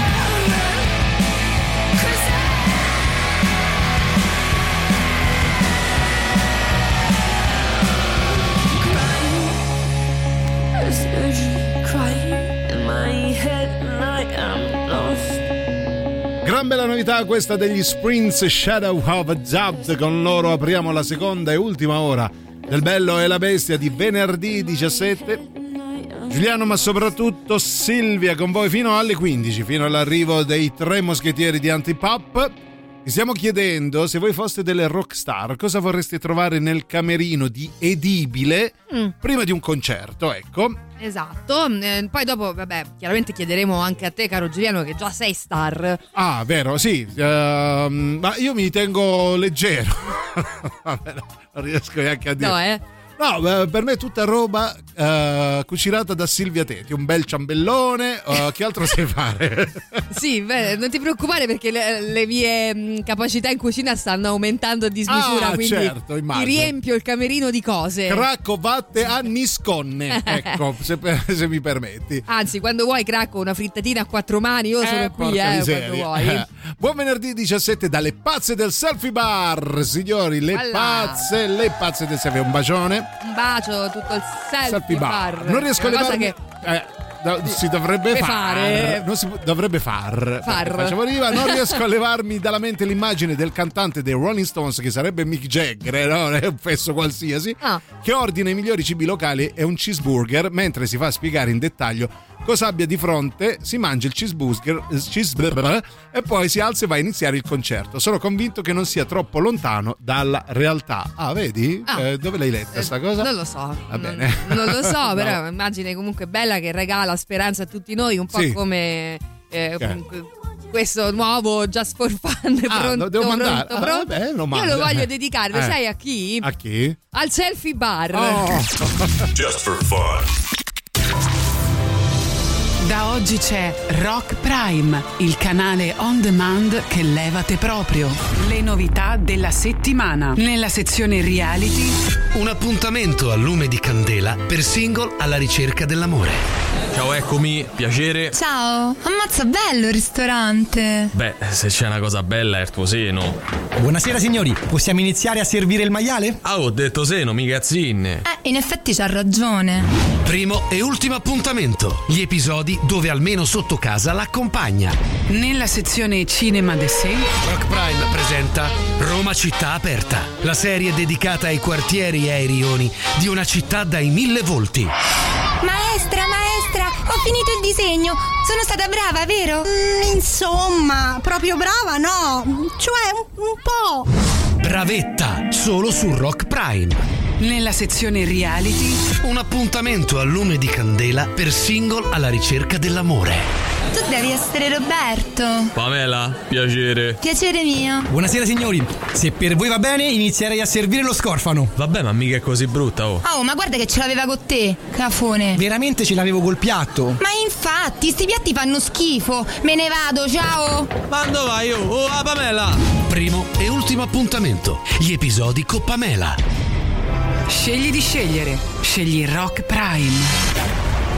Speaker 13: There's urgent crying in my head, and I am lost.
Speaker 3: Gran bella novità questa degli Sprints, Shadow of a Doubt. Con loro apriamo la seconda e ultima ora del Bello e la Bestia di venerdì 17. Giuliano, ma soprattutto Silvia, con voi fino alle 15, fino all'arrivo dei Tre Moschettieri di Antipop. Ti stiamo chiedendo, se voi foste delle rockstar, cosa vorreste trovare nel camerino di edibile prima di un concerto, ecco.
Speaker 6: Esatto, poi dopo, vabbè, chiaramente chiederemo anche a te, caro Giuliano, che già sei star.
Speaker 3: Ah, vero, sì, ma io mi tengo leggero. Vabbè, non riesco neanche a dire.
Speaker 6: No,
Speaker 3: No, per me è tutta roba cucinata da Silvia Teti, un bel ciambellone. Che altro sai fare?
Speaker 6: Sì, beh, non ti preoccupare perché le mie capacità in cucina stanno aumentando a dismisura, quindi
Speaker 3: certo,
Speaker 6: ti
Speaker 3: immagino.
Speaker 6: riempio il camerino di cose.
Speaker 3: Cracco vatte a nisconne, ecco, se mi permetti.
Speaker 6: Anzi, quando vuoi, Cracco, una frittatina a 4 mani, io sono qui, quando vuoi.
Speaker 3: Buon venerdì 17 dalle pazze del Selfie Bar, signori, le pazze del selfie. Un bacione.
Speaker 6: Un bacio, tutto il selfie bar.
Speaker 3: Non riesco a levarmi...
Speaker 6: che
Speaker 3: si dovrebbe fare. Non si dovrebbe far. Facciamo arriva. Non riesco a levarmi dalla mente l'immagine del cantante dei Rolling Stones, che sarebbe Mick Jagger, no? È un fesso qualsiasi, che ordina i migliori cibi locali e un cheeseburger, mentre si fa spiegare in dettaglio cosa abbia di fronte, si mangia il cheeseburger e poi si alza e va a iniziare il concerto. Sono convinto che non sia troppo lontano dalla realtà. Vedi? Dove l'hai letta sta cosa?
Speaker 6: Non lo so.
Speaker 3: Va bene.
Speaker 6: Non lo so, però è un'immagine comunque bella che regala speranza a tutti noi, un po' come questo nuovo Just for Fun. Pronto,
Speaker 3: devo mandare.
Speaker 6: Pronto?
Speaker 3: Vabbè,
Speaker 6: Io lo voglio dedicare, sai a chi?
Speaker 3: A chi?
Speaker 6: Al Selfie Bar.
Speaker 2: Just for fun.
Speaker 14: Da oggi c'è Rock Prime, il canale on demand che levate proprio. Le novità della settimana. Nella sezione reality,
Speaker 15: un appuntamento a lume di candela per single alla ricerca dell'amore.
Speaker 16: Ciao, eccomi, piacere.
Speaker 17: Ciao, ammazza, bello il ristorante.
Speaker 16: Beh, se c'è una cosa bella è il tuo seno.
Speaker 18: Buonasera signori, possiamo iniziare a servire il maiale?
Speaker 16: Ho detto seno, mica zinne.
Speaker 17: In effetti c'ha ragione.
Speaker 15: Primo e ultimo appuntamento, gli episodi dove almeno sotto casa l'accompagna.
Speaker 14: Nella sezione Cinema de Sé,
Speaker 15: Rock Prime presenta Roma città aperta, la serie dedicata ai quartieri e ai rioni di una città dai 1000 volti.
Speaker 17: Maestra, ho finito il disegno. Sono stata brava, vero?
Speaker 19: Insomma, proprio brava no. Cioè, un po'.
Speaker 15: Bravetta, solo su Rock Prime.
Speaker 14: Nella sezione reality,
Speaker 15: un appuntamento a lume di candela per single alla ricerca dell'amore.
Speaker 17: Tu devi essere Roberto.
Speaker 16: Pamela, piacere.
Speaker 17: Piacere mio.
Speaker 18: Buonasera signori, se per voi va bene inizierei a servire lo scorfano.
Speaker 16: Vabbè, ma mica è così brutta,
Speaker 17: Oh, ma guarda che ce l'aveva con te, cafone.
Speaker 18: Veramente ce l'avevo col piatto.
Speaker 17: Ma infatti, sti piatti fanno schifo. Me ne vado, ciao.
Speaker 16: Ma dove vai? Pamela.
Speaker 15: Primo e ultimo appuntamento, gli episodi con Pamela.
Speaker 14: Scegli di scegliere. Scegli Rock Prime.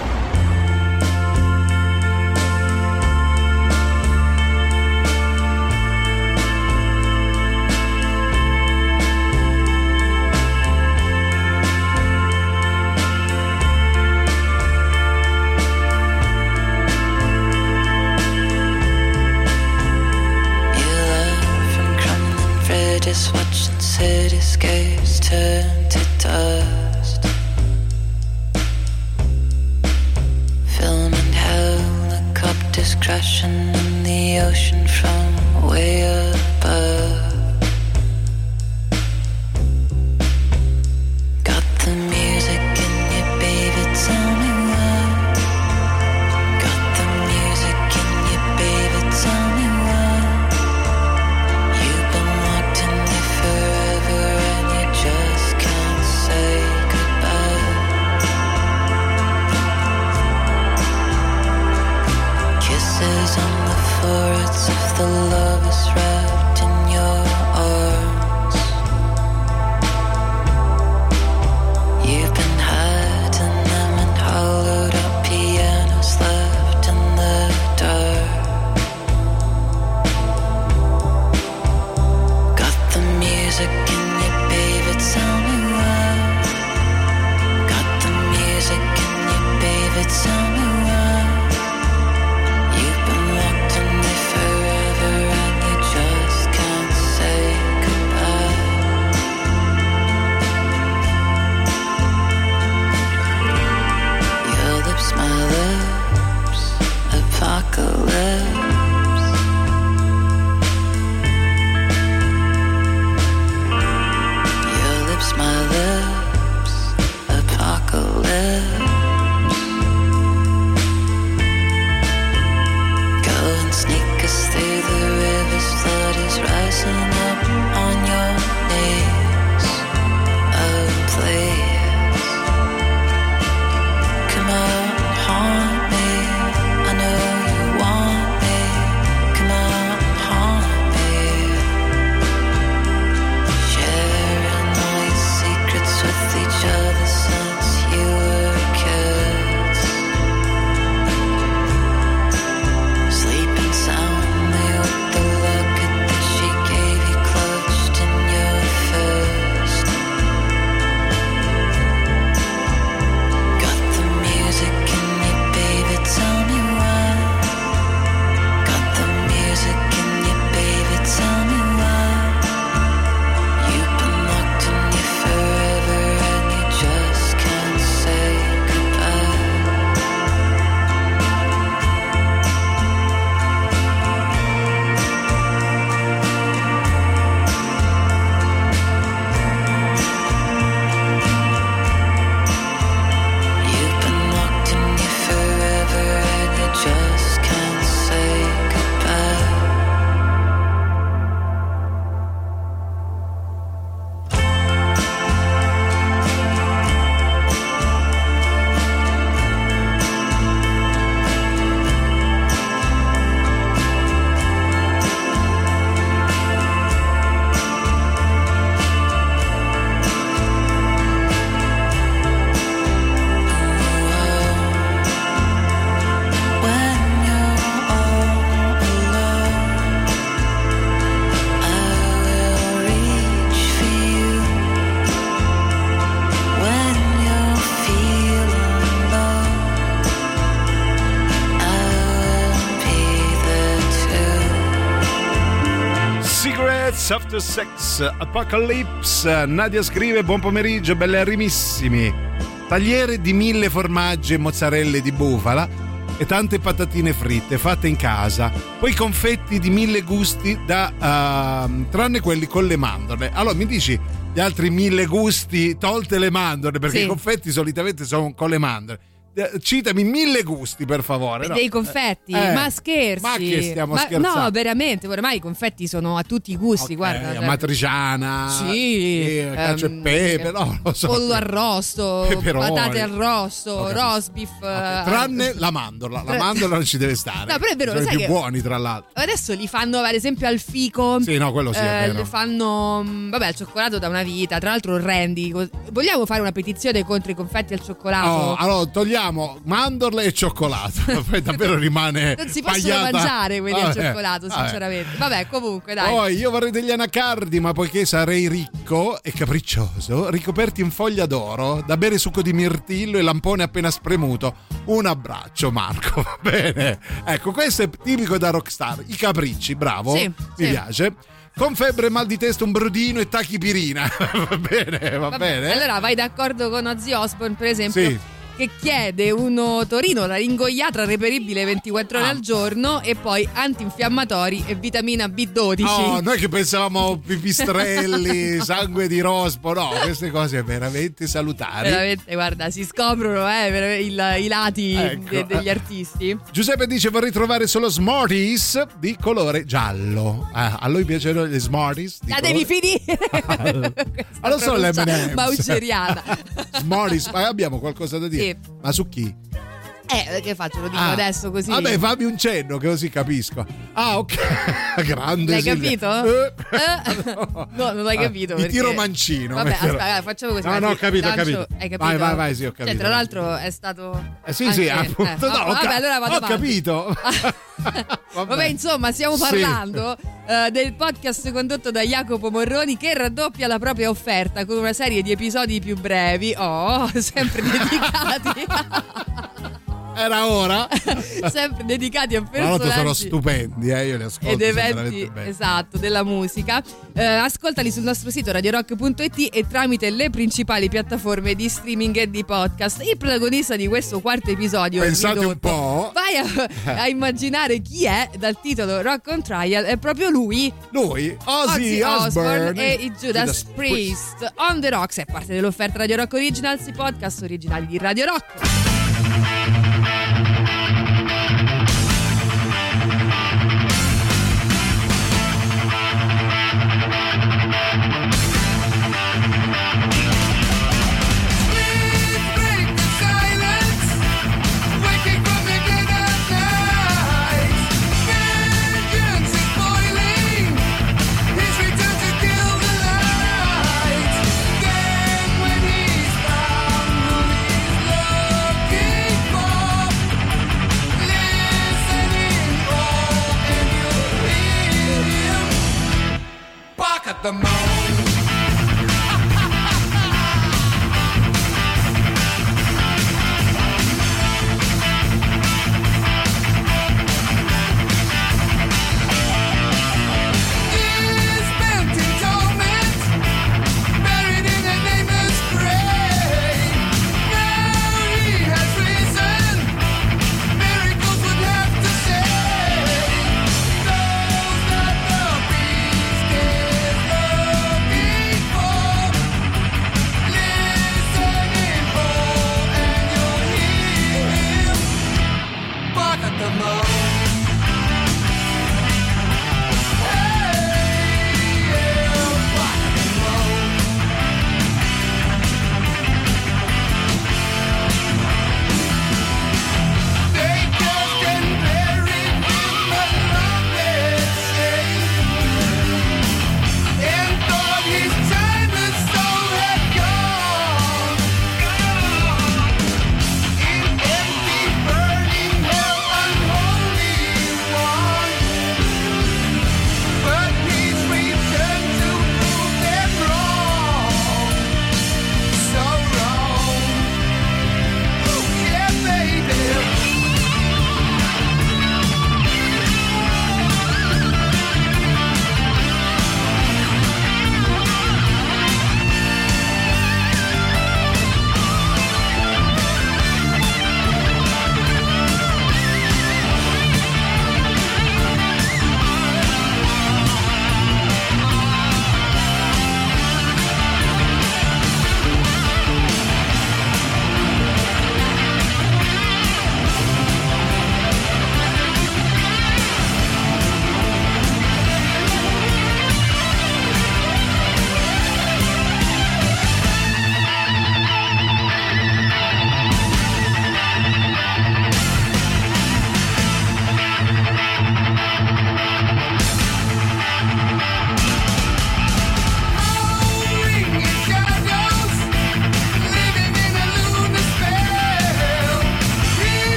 Speaker 10: Just watching cityscapes turn to dust. Filming helicopters crashing in the ocean from way above. Got the music in you, baby, tell me why. Got the music in you, baby, tell me why. You've been locked in there forever and you just can't say goodbye. Kisses on the foreheads of the lovers wrapped in your arms. You've been hiding them in hollowed out pianos left in the dark. Got the music in you, baby, tell me why. Got the music in you, baby, tell me why. You've been locked in there forever and you just
Speaker 3: Minutes After Sex, Apocalypse. Nadia scrive: buon pomeriggio, bellerrimissimi. Tagliere di 1000 formaggi e mozzarelle di bufala e tante patatine fritte fatte in casa, poi confetti di 1000 gusti tranne quelli con le mandorle. Allora mi dici gli altri 1000 gusti tolte le mandorle, perché
Speaker 6: Sì.
Speaker 3: i confetti solitamente sono con le mandorle. Citami 1000 gusti, per favore. No?
Speaker 6: Dei confetti, ma scherzi.
Speaker 3: Ma che stiamo scherzando?
Speaker 6: No, veramente, ormai i confetti sono a tutti i gusti, guarda.
Speaker 3: Matriciana,
Speaker 6: sì,
Speaker 3: cacio e pepe, no, lo so.
Speaker 6: pollo arrosto,
Speaker 3: Peperoni.
Speaker 6: patate arrosto, roast beef.
Speaker 3: Tranne la mandorla. La mandorla non ci deve stare.
Speaker 6: No, però è vero,
Speaker 3: sono i
Speaker 6: sai
Speaker 3: più
Speaker 6: che
Speaker 3: buoni, tra l'altro.
Speaker 6: Adesso li fanno ad esempio al fico.
Speaker 3: Sì, no, quello sì, è vero.
Speaker 6: Li fanno, vabbè, al cioccolato da una vita, tra l'altro orrendi. Vogliamo fare una petizione contro i confetti al cioccolato?
Speaker 3: Oh, allora togliamo mandorle e cioccolato. Poi davvero rimane
Speaker 6: Non si possono
Speaker 3: pagliata.
Speaker 6: mangiare quelli al
Speaker 3: Vabbè,
Speaker 6: cioccolato,
Speaker 3: vabbè.
Speaker 6: sinceramente. Vabbè, comunque, dai.
Speaker 3: Poi io vorrei degli anacardi, ma poiché sarei ricco e capriccioso, ricoperti in foglia d'oro, da bere succo di mirtillo e lampone appena spremuto. Un abbraccio, Marco. Va bene. Ecco, questo è tipico da rockstar. I capricci, bravo.
Speaker 6: Sì,
Speaker 3: Mi
Speaker 6: sì.
Speaker 3: piace. Con febbre, mal di testa, un brodino e tachipirina. Va bene, va bene.
Speaker 6: Allora vai d'accordo con Ozzy Osbourne, per esempio,
Speaker 3: Sì.
Speaker 6: che chiede un otorino laringoiatra reperibile 24 ore al giorno e poi antinfiammatori e vitamina B12.
Speaker 3: No, noi che pensavamo pipistrelli, sangue di rospo, no, queste cose veramente salutari.
Speaker 6: Veramente, guarda, si scoprono i lati
Speaker 3: Ecco.
Speaker 6: degli artisti.
Speaker 3: Giuseppe dice: vorrei trovare solo Smarties di colore giallo. A lui piacciono le Smarties di
Speaker 6: La
Speaker 3: colore...
Speaker 6: devi finire.
Speaker 3: Ma lo so, le M&M's.
Speaker 6: Maugeriana.
Speaker 3: Smarties, ma abbiamo qualcosa da dire?
Speaker 6: Sì.
Speaker 3: Ma su chi?
Speaker 6: Che faccio? Lo dico
Speaker 3: Ah.
Speaker 6: adesso così.
Speaker 3: Vabbè, fammi un cenno che così capisco. Ah, ok. Grande.
Speaker 6: L'hai
Speaker 3: Silvia.
Speaker 6: capito? No, non l'hai capito.
Speaker 3: Mi
Speaker 6: perché...
Speaker 3: tiro mancino.
Speaker 6: Vabbè,
Speaker 3: metterò.
Speaker 6: aspetta, facciamo così.
Speaker 3: No, no, ho
Speaker 6: ti
Speaker 3: capito, ho
Speaker 6: lancio-
Speaker 3: capito.
Speaker 6: Hai capito?
Speaker 3: Vai, sì, ho capito.
Speaker 6: Cioè, tra l'altro è stato.
Speaker 3: Sì, sì,
Speaker 6: anche-
Speaker 3: appunto. No,
Speaker 6: vabbè, allora vado
Speaker 3: ho
Speaker 6: avanti.
Speaker 3: capito.
Speaker 6: Vabbè, insomma, stiamo
Speaker 3: Sì.
Speaker 6: parlando del podcast condotto da Jacopo Morroni, che raddoppia la propria offerta con una serie di episodi più brevi. Oh, sempre dedicati.
Speaker 3: Era ora.
Speaker 6: Sempre dedicati a
Speaker 3: Tra l'altro sono
Speaker 6: personaggi
Speaker 3: stupendi, io li ascolto.
Speaker 6: ed
Speaker 3: sono
Speaker 6: eventi,
Speaker 3: veramente belli.
Speaker 6: esatto, della musica. Ascoltali sul nostro sito radiorock.it e tramite le principali piattaforme di streaming e di podcast. Il protagonista di questo quarto episodio,
Speaker 3: Pensate un
Speaker 6: ridotto,
Speaker 3: po'.
Speaker 6: vai a immaginare chi è. Dal titolo Rock on Trial è proprio lui,
Speaker 3: Ozzy Osbourne
Speaker 6: e i Judas Priest. On the Rocks è parte dell'offerta Radio Rock Originals, i podcast originali di Radio Rock.
Speaker 4: At the moon. Miracles would have to say those that the beast is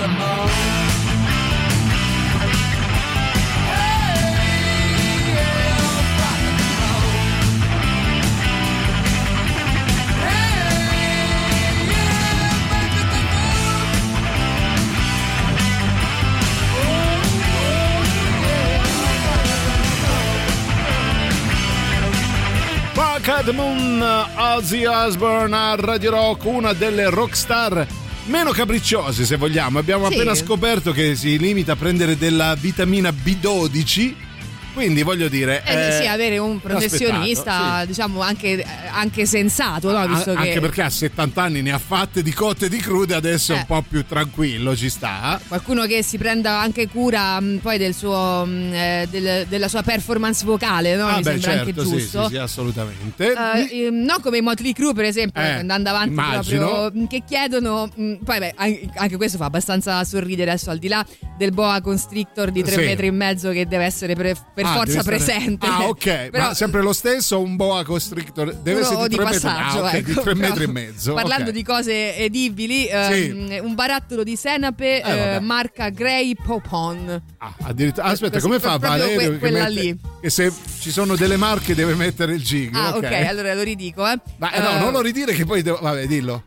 Speaker 3: Cat Moon, Ozzy Osbourne a Radio Rock, una delle rockstar meno capricciose, se vogliamo. Abbiamo appena scoperto che si limita a prendere della vitamina B12. Quindi voglio dire
Speaker 6: sì, avere un professionista, diciamo anche sensato, no? Visto
Speaker 3: anche
Speaker 6: che
Speaker 3: perché a 70 anni ne ha fatte di cotte e di crude, adesso è un po' più tranquillo, ci sta.
Speaker 6: Qualcuno che si prenda anche cura poi del suo della sua performance vocale, no? Mi sembra
Speaker 3: certo,
Speaker 6: anche giusto.
Speaker 3: Sì, assolutamente.
Speaker 6: Non come i Motley Crue, per esempio, andando avanti
Speaker 3: immagino.
Speaker 6: proprio, che chiedono poi anche questo fa abbastanza sorridere, adesso, al di là del boa constrictor di 3 metri e mezzo che deve essere per forza presente.
Speaker 3: Ok,
Speaker 6: però,
Speaker 3: ma sempre lo stesso, un boa constrictor deve essere di 3 metri,
Speaker 6: ecco,
Speaker 3: di 3 metri e mezzo.
Speaker 6: Parlando di cose edibili, un barattolo di senape marca Grey Poupon.
Speaker 3: Addirittura. Aspetta, come fa Valerio
Speaker 6: quella lì?
Speaker 3: Che se ci sono delle marche deve mettere il jingle.
Speaker 6: Ok, allora lo ridico.
Speaker 3: Ma no, non lo ridire che poi vabbè, dillo.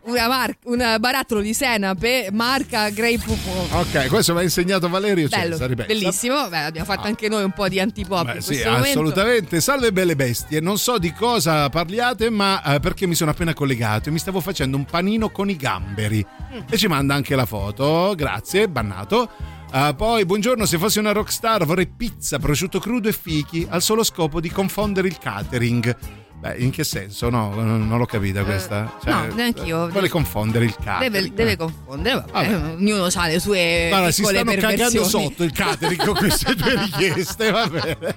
Speaker 6: Un barattolo di senape marca Grey Poupon.
Speaker 3: Ok, questo mi ha insegnato Valerio Cesari.
Speaker 6: Bellissimo. Abbiamo fatto anche noi un po' di antipop.
Speaker 3: Sì, assolutamente. Salve belle bestie, non so di cosa parliate, ma perché mi sono appena collegato e mi stavo facendo un panino con i gamberi e ci manda anche la foto. Grazie, bannato. Poi buongiorno, se fossi una rockstar vorrei pizza, prosciutto crudo e fichi al solo scopo di confondere il catering. Beh, in che senso? No, non l'ho capita questa.
Speaker 6: No, neanche io.
Speaker 3: Vuole confondere il catering.
Speaker 6: Deve confondere, vabbè. Ognuno ha le sue piccole
Speaker 3: si stanno
Speaker 6: perversioni.
Speaker 3: cagando sotto il catering con queste due richieste, va bene.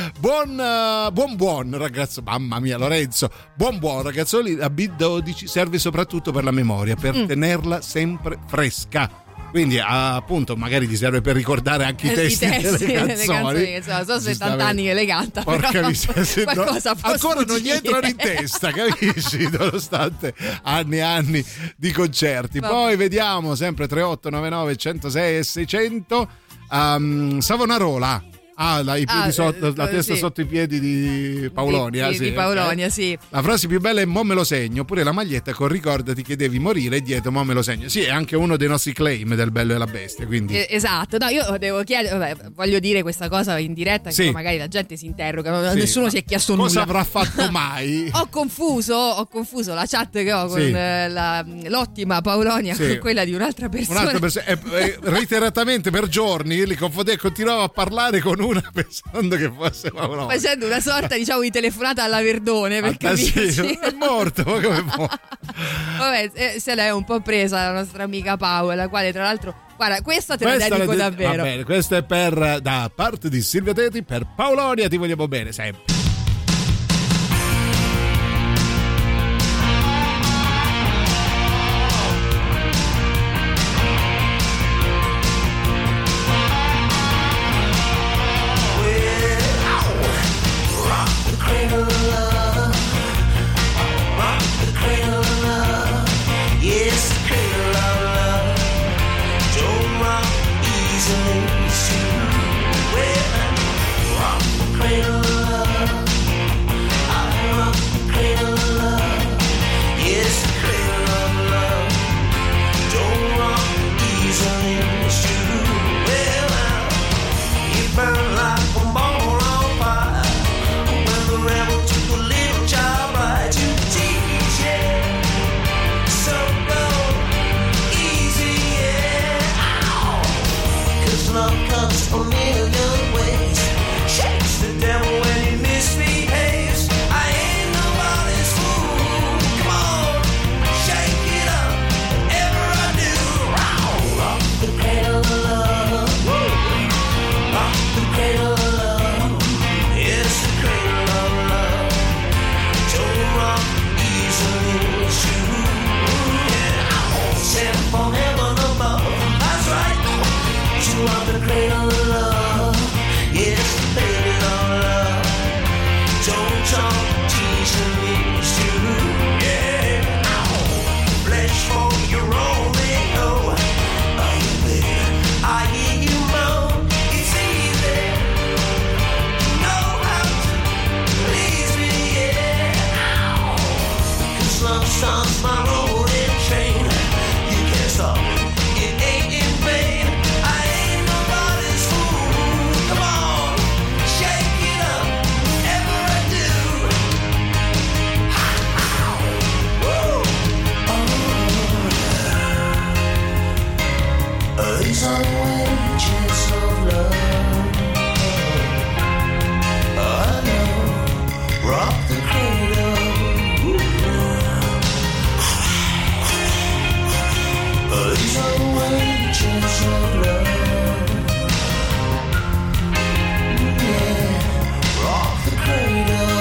Speaker 3: Buon ragazzo, mamma mia Lorenzo, buon ragazzo lì, la B12 serve soprattutto per la memoria, per tenerla sempre fresca. Quindi appunto magari ti serve per ricordare anche i testi delle canzoni
Speaker 6: che sono 70 anni che le canta.
Speaker 3: Porca miseria,
Speaker 6: qualcosa
Speaker 3: ancora non gli entrano in testa, capisci? Nonostante anni e anni di concerti. Poi vediamo sempre 3899 106 e 600 Savonarola. La testa sotto i piedi di Paulonia.
Speaker 6: Di Paulonia, sì.
Speaker 3: La frase più bella è "mo me lo segno", oppure la maglietta con "ricordati che devi morire" e dietro "mo me lo segno". Sì, è anche uno dei nostri claim del Bello e la Bestia, quindi.
Speaker 6: Esatto. No, io devo chiedere, voglio dire questa cosa in diretta, che magari la gente si interroga, nessuno si è chiesto nulla.
Speaker 3: Cosa avrà fatto mai?
Speaker 6: Ho confuso la chat che ho con l'ottima Paulonia con quella di un'altra persona.
Speaker 3: Reiteratamente per giorni li confondevo e continuavo a parlare con una pensando che fosse Paolo,
Speaker 6: facendo una sorta di telefonata alla Verdone, per capirci.
Speaker 3: Sì, è morto, ma come può?
Speaker 6: Vabbè, se l'è un po' presa la nostra amica Paola, la quale tra l'altro, guarda, questa te la dedico davvero.
Speaker 3: Va bene, questa è da parte di Silvia Teti per Paulonia, ti vogliamo bene sempre.
Speaker 4: Cradle of love, yes, the cradle of love. These are the wages of love. I know, rock the cradle. These are the wages of love. Yeah, rock the cradle.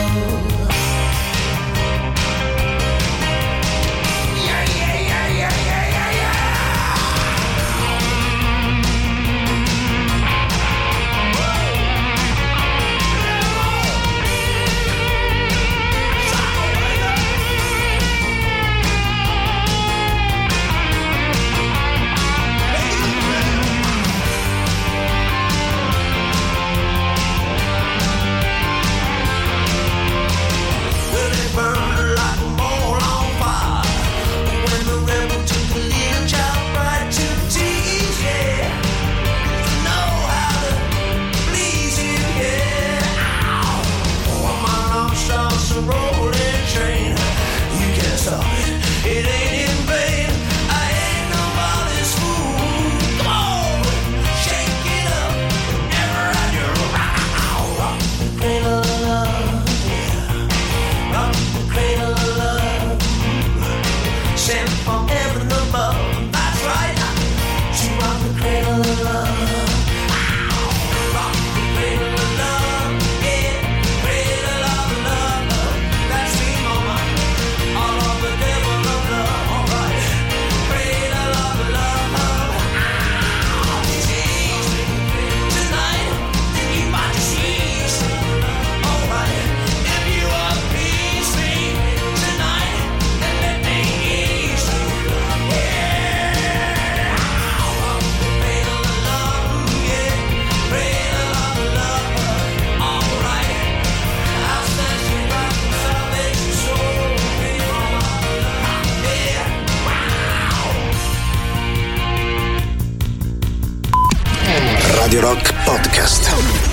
Speaker 1: Radio Rock Podcast.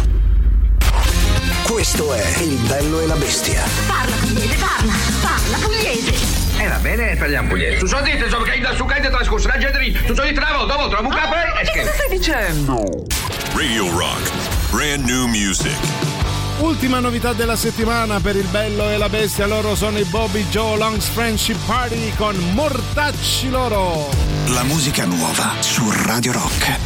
Speaker 1: Questo è Il Bello e la Bestia.
Speaker 20: Parla pugliese, parla pugliese.
Speaker 12: Va bene, parliamo pugliese. Tu so dite, insomma, che da su che trascorso la gente tu so di travo, dopo tra mucca e
Speaker 20: che cosa stai dicendo?
Speaker 2: Radio Rock, brand new music.
Speaker 3: Ultima novità della settimana per Il Bello e la Bestia, loro sono i Bobby Joe Long's Friendship Party con Mortacci loro.
Speaker 1: La musica nuova su Radio Rock.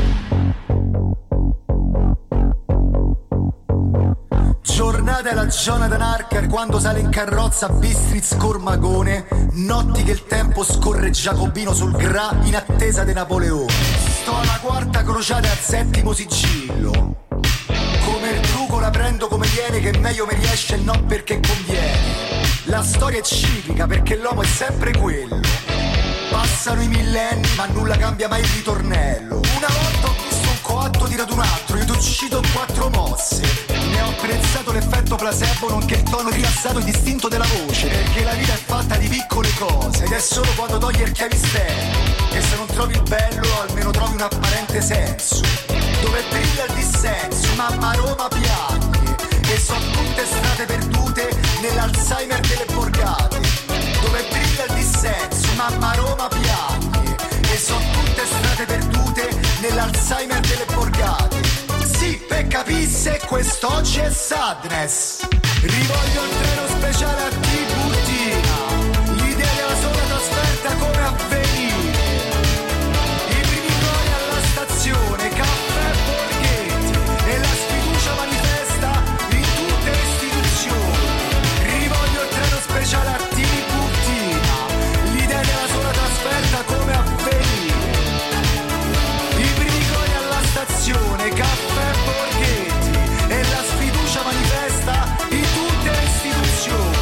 Speaker 21: Giornata alla Jonathan Harker quando sale in carrozza Bistritz Cormagone. Notti che il tempo scorre Giacobino sul Gra in attesa di Napoleone. Sto alla quarta crociata al settimo sigillo. Come il truco la prendo come viene, che meglio mi riesce e no perché conviene. La storia è ciclica perché l'uomo è sempre quello. Passano i millenni ma nulla cambia mai il ritornello. Una volta ho visto un coatto tirato un altro, io ti uccido in 4 mosse. Ne ho apprezzato l'effetto placebo nonché il tono rilassato e distinto della voce. Perché la vita è fatta di piccole cose ed è solo quando togli il chiavistello che se non trovi il bello almeno trovi un apparente senso. Dove brilla il dissenso, mamma Roma piange e sono tutte strade perdute nell'Alzheimer delle borgate. Dove brilla il dissenso, mamma Roma piange e sono tutte strade perdute nell'Alzheimer delle borgate. Sì, per capisse quest'oggi è sadness. Rivoglio il treno speciale a Tiburtina, l'idea della sola trasferta come avvenire. I primi cori alla stazione, caffè e borghetti e la sfiducia manifesta in tutte le istituzioni. Rivoglio il treno speciale a Tiburtina, l'idea della sola trasferta come avvenire. I primi cori alla stazione, caffè e borghetti e la sfiducia manifesta in tutte le istituzioni.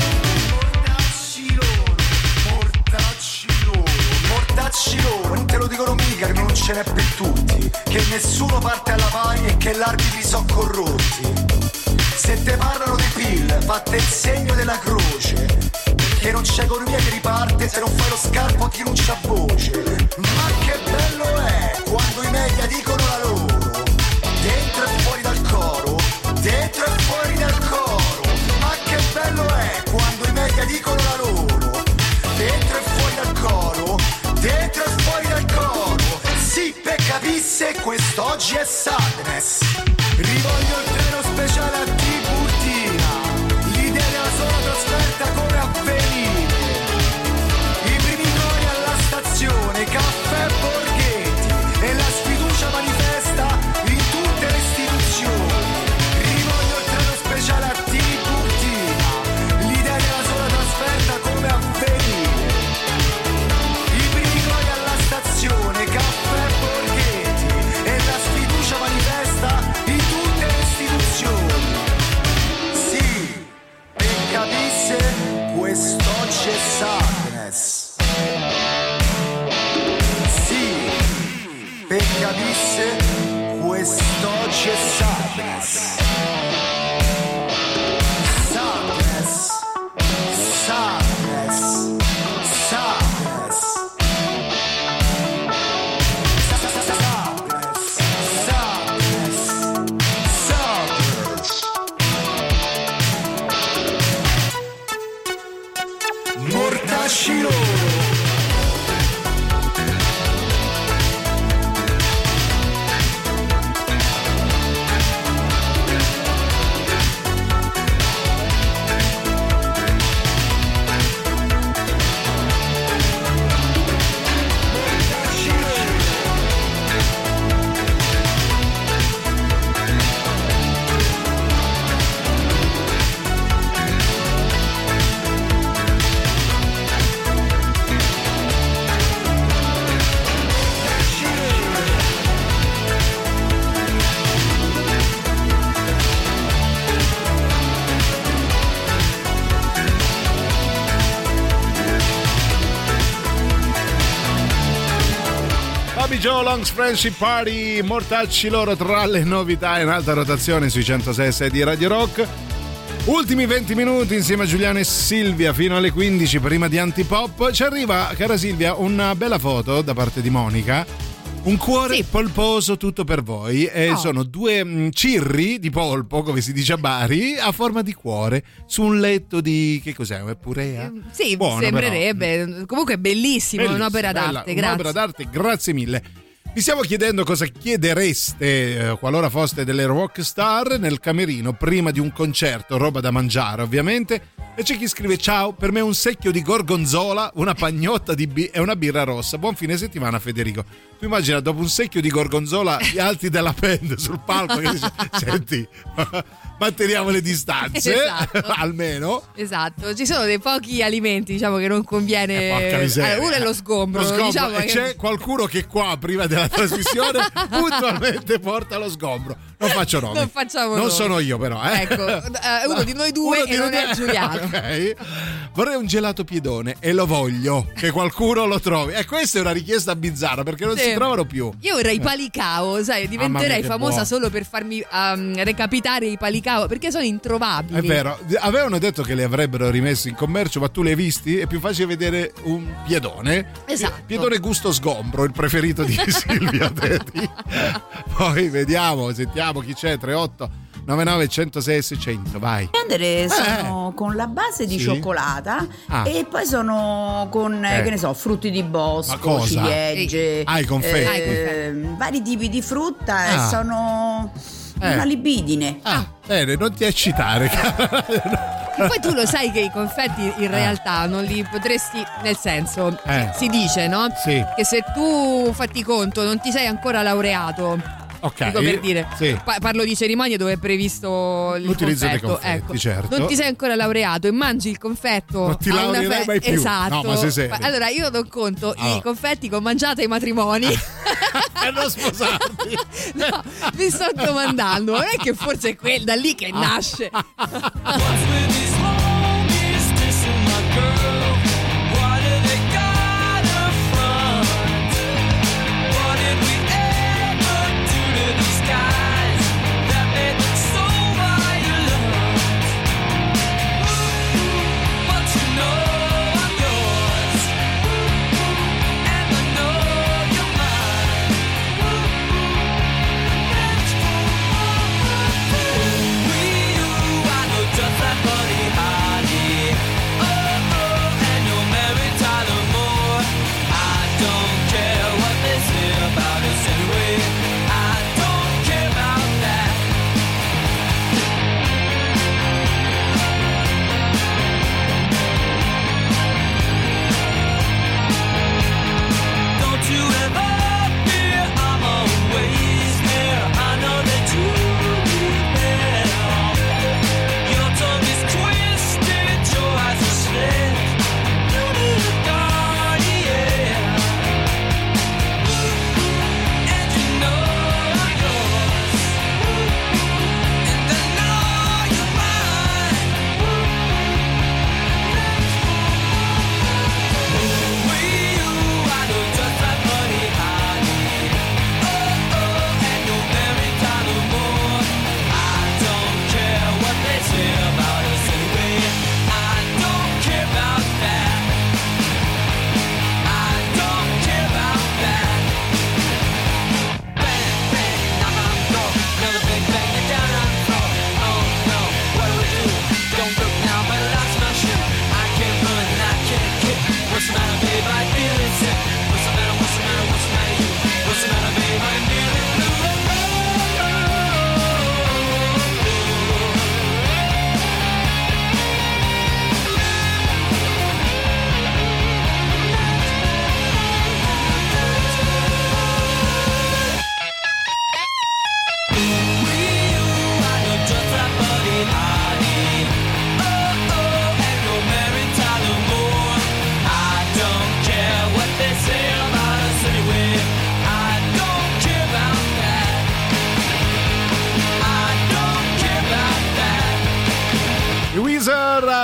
Speaker 21: Mortacci loro, non te lo dicono mica che non ce n'è per tutti, che nessuno parte alla pari e che l'arbitri sono corrotti. Se te parlano di PIL, fate il segno della croce, che non c'è economia che riparte se non fai lo scarpo a chi non c'ha voce. Ma che bello è quando i media dicono la loro, dentro e fuori dal coro, dentro e fuori dal coro. Ma che bello è quando i media dicono la loro, dentro e fuori dal coro, dentro e fuori dal coro. Sì, perché capisse, quest'oggi è sadness. Rivoglio il treno speciale a Tiburtina, l'idea della sola trasferta come avvenire. I primi cori alla stazione, caffè Borghetti, e la sfiducia manifesta in tutte le istituzioni. Rivoglio il treno speciale a Tiburtina, l'idea della sola trasferta come avvenire. I primi cori alla stazione, caffè Borghetti, e la sfiducia manifesta in tutte le istituzioni. Sì, e capisse, quest'oggi è sadness. Sì, per capisse, quest'oggi è sadness. Sadness, sadness, sadness. Mortacci loro.
Speaker 3: Joe Long's Friendship Party, mortacci loro tra le novità in alta rotazione sui 106 di Radio Rock. Ultimi 20 minuti insieme a Giuliano e Silvia fino alle 15 prima di Antipop. Ci arriva, cara Silvia, una bella foto da parte di Monica. Un cuore polposo tutto per voi e sono due cirri di polpo, come si dice a Bari, a forma di cuore su un letto di, che cos'è, purea?
Speaker 6: Sì,
Speaker 3: buono,
Speaker 6: sembrerebbe.
Speaker 3: Però.
Speaker 6: Comunque è bellissimo, è un'opera d'arte, grazie.
Speaker 3: Un'opera d'arte, grazie mille. Vi stiamo chiedendo cosa chiedereste qualora foste delle rockstar nel camerino prima di un concerto, roba da mangiare ovviamente. E c'è chi scrive: ciao, per me un secchio di gorgonzola, una pagnotta e una birra rossa. Buon fine settimana Federico. Tu immagina dopo un secchio di gorgonzola gli alti della band sul palco che dice: senti, manteniamo le distanze,
Speaker 6: esatto.
Speaker 3: Almeno.
Speaker 6: Esatto, ci sono dei pochi alimenti, diciamo, che non conviene.
Speaker 3: Porca miseria.
Speaker 6: Uno è lo sgombro. Diciamo
Speaker 3: e c'è qualcuno che qua prima della trasmissione puntualmente porta lo sgombro. Non faccio nome.
Speaker 6: Non facciamo
Speaker 3: Non sono io però.
Speaker 6: Ecco, uno di noi due e non è Giuliano.
Speaker 3: Ok. Vorrei un gelato piedone e lo voglio che qualcuno lo trovi. E questa è una richiesta bizzarra perché non si trovano più.
Speaker 6: Io vorrei i palicao, sai, diventerei famosa
Speaker 3: buono.
Speaker 6: Solo per farmi recapitare i palicao perché sono introvabili.
Speaker 3: È vero, avevano detto che li avrebbero rimessi in commercio, ma tu li hai visti? È più facile vedere un piedone.
Speaker 6: Esatto.
Speaker 3: Piedone gusto sgombro, il preferito di Silvia Teti. Poi vediamo, sentiamo chi c'è. 38 99 106 600, vai.
Speaker 7: Le sono con la base di cioccolata e poi sono con che ne so, frutti di bosco, ciliegie,
Speaker 3: i confetti,
Speaker 7: vari tipi di frutta e sono una libidine.
Speaker 3: Bene, non ti eccitare.
Speaker 6: E poi tu lo sai che i confetti in realtà non li potresti, nel senso, si dice, no?
Speaker 3: Sì.
Speaker 6: Che se tu, fatti conto, non ti sei ancora laureato.
Speaker 3: Ok.
Speaker 6: Dico per dire,
Speaker 3: sì.
Speaker 6: Parlo di cerimonie dove è previsto
Speaker 3: l'utilizzo dei
Speaker 6: confetto.
Speaker 3: confetti,
Speaker 6: ecco.
Speaker 3: certo.
Speaker 6: Non ti sei ancora laureato e mangi il confetto.
Speaker 3: Non ti laureerai mai più.
Speaker 6: Esatto.
Speaker 3: No, ma sei serio.
Speaker 6: Allora io non conto i confetti che ho mangiato ai matrimoni.
Speaker 3: E non sposarti.
Speaker 6: No, mi sto domandando, non è che forse è da lì che nasce.
Speaker 4: Just like buddy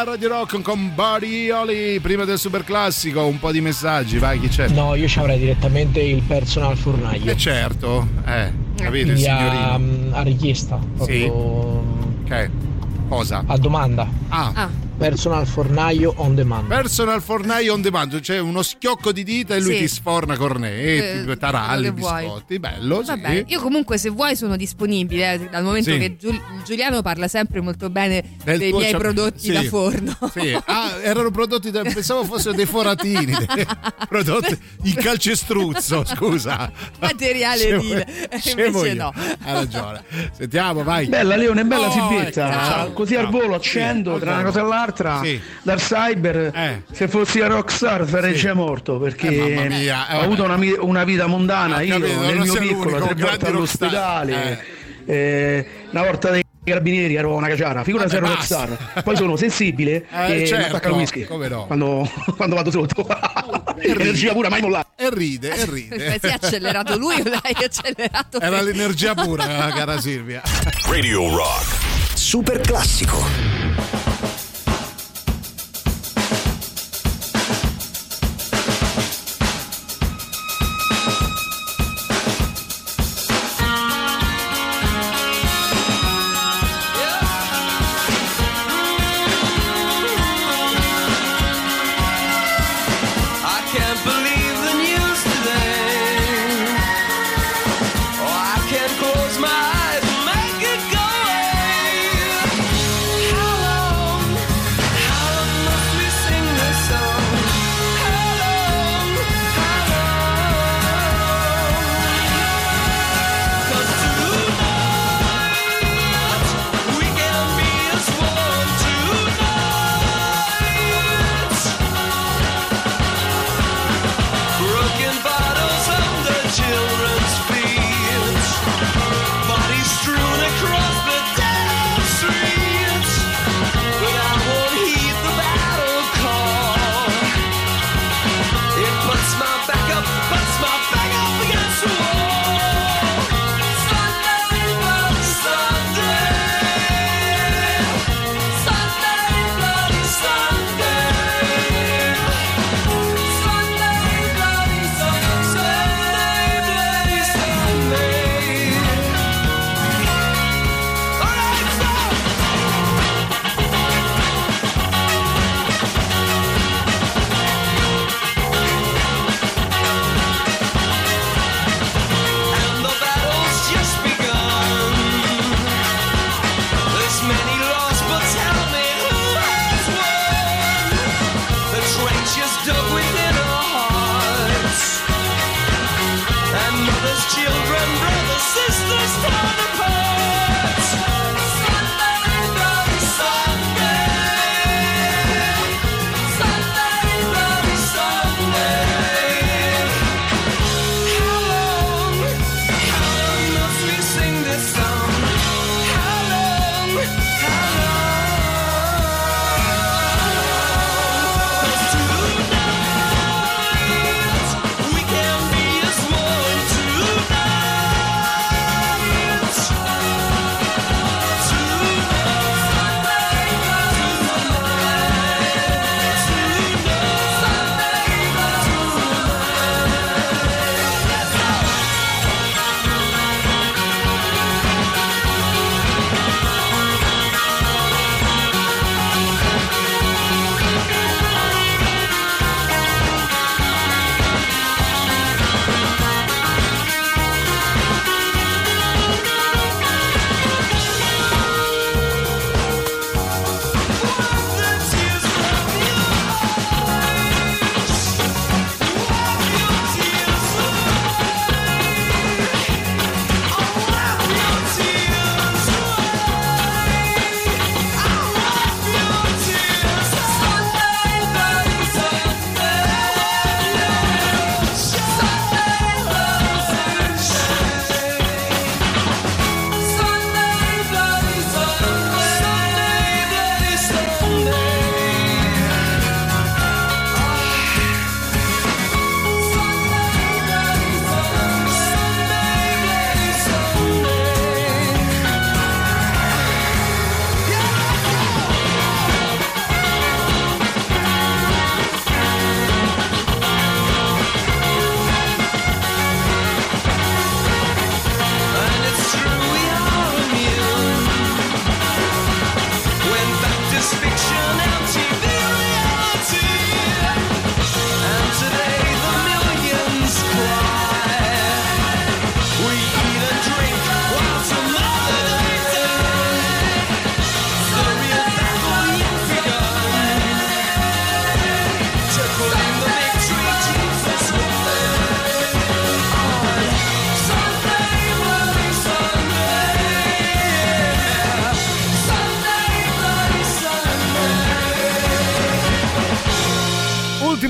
Speaker 3: Radio Rock con Buddy Holly. Prima del super classico, un po' di messaggi, vai, chi c'è?
Speaker 5: No, io ci avrei direttamente il personal fornaio.
Speaker 3: Certo, capite, il signorino.
Speaker 5: A richiesta.
Speaker 3: Sì.
Speaker 5: Ok.
Speaker 3: Cosa?
Speaker 5: A domanda. Personal fornaio on demand.
Speaker 3: Personal fornaio on demand, cioè uno schiocco di dita e lui ti sforna cornetti, taralli, biscotti. Bello,
Speaker 6: vabbè,
Speaker 3: sì.
Speaker 6: io comunque se vuoi sono disponibile, dal momento che Giuliano parla sempre molto bene dei miei prodotti da forno.
Speaker 3: Sì. Erano prodotti pensavo fossero dei foratini, prodotti in calcestruzzo, scusa.
Speaker 6: Materiale edile. Invece no.
Speaker 3: Hai ragione. Sentiamo, vai.
Speaker 22: Bella Leone, bella Silvietta. Così al volo accendo tra una cosa e l'altra. Dal cyber, se fossi a Rockstar sarei già morto, perché ho avuto una vita mondana. Io nel mio piccolo 3 volte all'ospedale, una volta dei carabinieri ero una caciara, figura se ero Rockstar. Poi sono sensibile e mi attacca il whisky quando vado sotto. Energia pura, mai mollata.
Speaker 3: E ride.
Speaker 6: Si è accelerato lui o l'hai accelerato?
Speaker 3: Era l'energia pura, cara Silvia.
Speaker 2: Radio Rock.
Speaker 1: Super classico.
Speaker 4: Close my eyes and make it go away.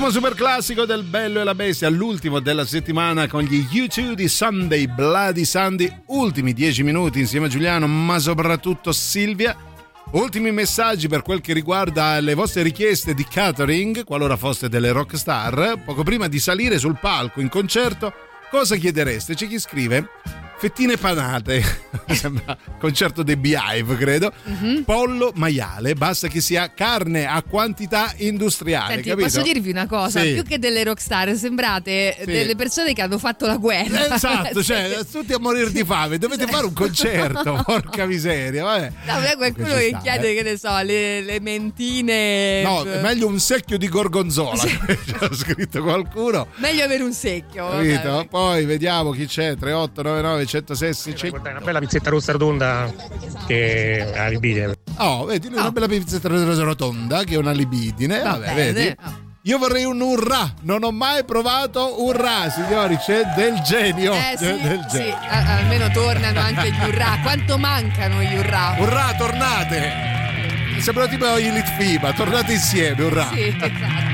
Speaker 3: Primo super classico del Bello e la Bestia, l'ultimo della settimana con gli U2 di Sunday, Bloody Sunday. Ultimi 10 minuti insieme a Giuliano, ma soprattutto Silvia. Ultimi messaggi per quel che riguarda le vostre richieste di catering, qualora foste delle rockstar. Poco prima di salire sul palco in concerto, cosa chiedereste? C'è chi scrive: fettine panate, sembra concerto dei Beehive, credo. Pollo maiale, basta che sia carne a quantità industriale.
Speaker 6: Senti,
Speaker 3: capito?
Speaker 6: posso dirvi una cosa?
Speaker 3: Sì.
Speaker 6: Più che delle rockstar sembrate delle persone che hanno fatto la guerra.
Speaker 3: Esatto, cioè tutti a morire di fame, dovete fare un concerto, porca miseria, vabbè.
Speaker 6: No, beh, qualcuno che chiede, che ne so, le mentine.
Speaker 3: No, è meglio un secchio di gorgonzola, c'ha scritto qualcuno.
Speaker 6: Meglio avere un secchio.
Speaker 3: Capito?
Speaker 6: Vabbè.
Speaker 3: Poi vediamo chi c'è. 3899 106 600.
Speaker 9: Una bella pizzetta rossa rotonda che ha libidine.
Speaker 3: Oh, vedi, una bella pizzetta rotonda che è una libidine. Vabbè, vedi. Io vorrei un urrà, non ho mai provato urrà, signori, c'è del genio.
Speaker 6: Sì, almeno tornano anche gli urrà. Quanto mancano gli urrà?
Speaker 3: Urrà, tornate. Sembra tipo i Litfiba, tornate insieme, urrà.
Speaker 6: Sì, esatto.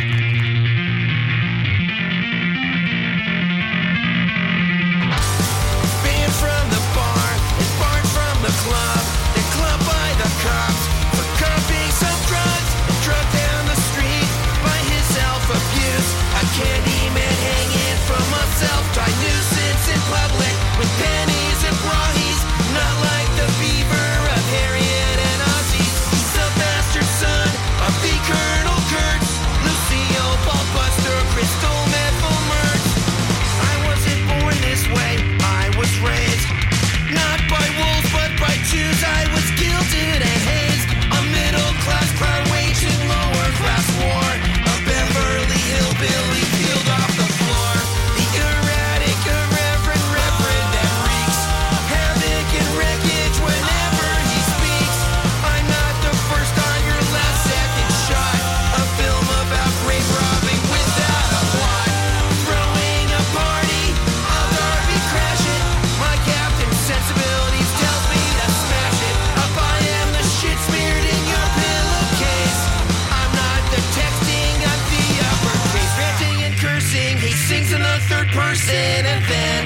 Speaker 4: From the bar and barred from the club by the cops for copying some drugs and drugged down the street by his self-abuse. A Candyman hanging from a self-tied nuisance in public with pennies and brahies, not like the beaver of Harriet and Ozzy. He's the bastard son of the Colonel Kurtz, Lucille, Ballbuster, Crystal Method Mertz. I wasn't born this way, I was raised not by wolves but by Jews. I was gilded and hazed, a middle-class crowd waging lower-class war. A Beverly Hillbilly peeled off the floor. The erratic, irreverent reverend that wreaks havoc and wreckage whenever he speaks. I'm not the first on your last second shot, a film about grave robbing without a plot. Throwing a party, I'll Darby crash it. My captain sensibilities tells me to smash it up. I am the shit smeared in your pillowcase. I'm not the texting, I'm the uppercase. Ranting and cursing, he sings in the third person, and then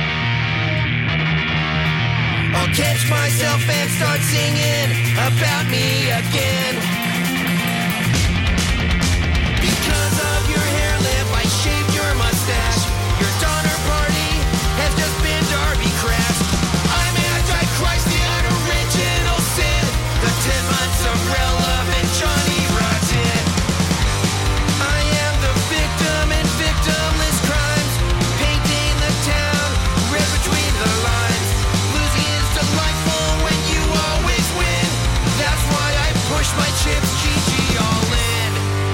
Speaker 4: I'll catch myself and start singing about me again. Because of your hair lip, I shaved your mustache. Your Donner Party has just been Darby crashed. I'm Antichrist, the unoriginal sin, the 10 months umbrella and Johnny Rotten. I am the victim in victimless crimes, painting the town red between the lines. Losing is delightful when you always win. That's why I push my chips, GG all in.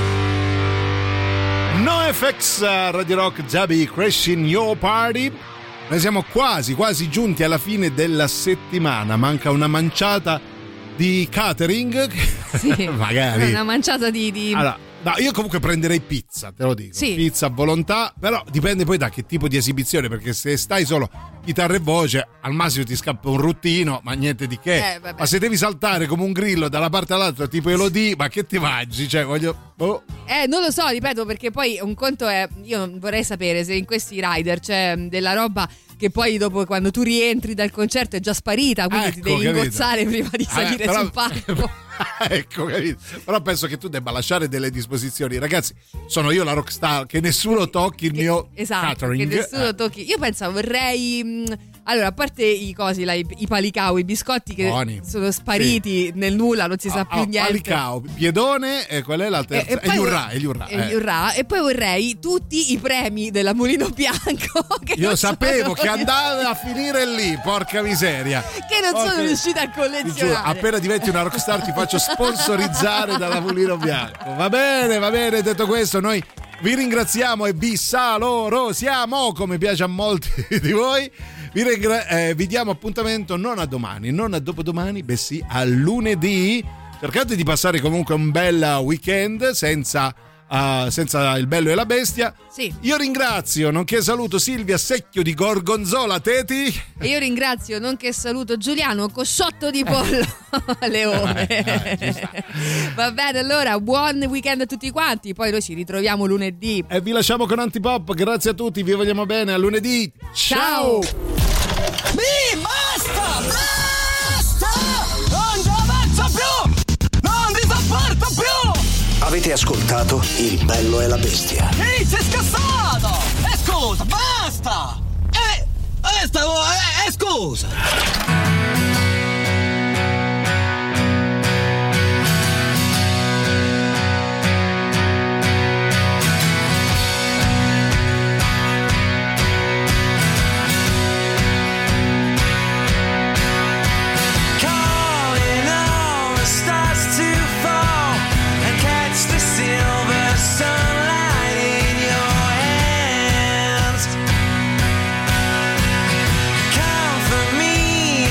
Speaker 3: NoFX Radio Rock, Jabi Crashing Your Party. Noi siamo quasi giunti alla fine della settimana. Manca una manciata di catering.
Speaker 6: Sì,
Speaker 3: magari
Speaker 6: una manciata di...
Speaker 3: Allora, no, io comunque prenderei pizza, te lo dico.
Speaker 6: Sì.
Speaker 3: Pizza a volontà, però dipende poi da che tipo di esibizione, perché se stai solo chitarra e voce, al massimo ti scappa un ruttino, ma niente di che. Ma se devi saltare come un grillo dalla parte all'altra, tipo Elodie, ma che ti mangi? Cioè, voglio...
Speaker 6: non lo so, ripeto, perché poi un conto è... Io vorrei sapere se in questi rider c'è della roba che poi dopo, quando tu rientri dal concerto, è già sparita, quindi ti devi ingozzare prima di salire
Speaker 3: però...
Speaker 6: sul palco.
Speaker 3: Ecco, capito? Però penso che tu debba lasciare delle disposizioni. Ragazzi, sono io la rockstar, che nessuno tocchi il mio catering.
Speaker 6: Che nessuno tocchi. Io penso, vorrei... Allora, a parte i cosi, i palicao, i biscotti che sono spariti nel nulla, non si sa più niente.
Speaker 3: Palicao, piedone, e qual è l'altra? E gli urrà.
Speaker 6: E poi vorrei tutti i premi della Mulino Bianco.
Speaker 3: Io sapevo che andava a finire lì, porca miseria.
Speaker 6: Che non sono riuscita a collezionare.
Speaker 3: Giuro, appena diventi una rockstar ti faccio sponsorizzare dalla Mulino Bianco. Va bene, detto questo, noi vi ringraziamo e vi salorosiamo, come piace a molti di voi. Vi diamo appuntamento non a domani, non a dopodomani, bensì a lunedì. Cercate di passare comunque un bel weekend senza senza il bello e la bestia.
Speaker 6: Sì.
Speaker 3: Io ringrazio, nonché saluto Silvia Secchio di Gorgonzola Teti.
Speaker 6: E io ringrazio, nonché saluto Giuliano Cosciotto di Pollo Leone. Va bene, allora buon weekend a tutti quanti, poi noi ci ritroviamo lunedì.
Speaker 3: E vi lasciamo con Antipop, grazie a tutti, vi vogliamo bene, a lunedì. Ciao!
Speaker 4: Basta! Non ci avanzo più! Non vi sopporto più!
Speaker 1: Avete ascoltato Il bello e la bestia.
Speaker 4: Ehi, sei scassato! Scusa, basta! Scusa! Calling all the stars to fall and catch the silver sunlight in your hands. Come for me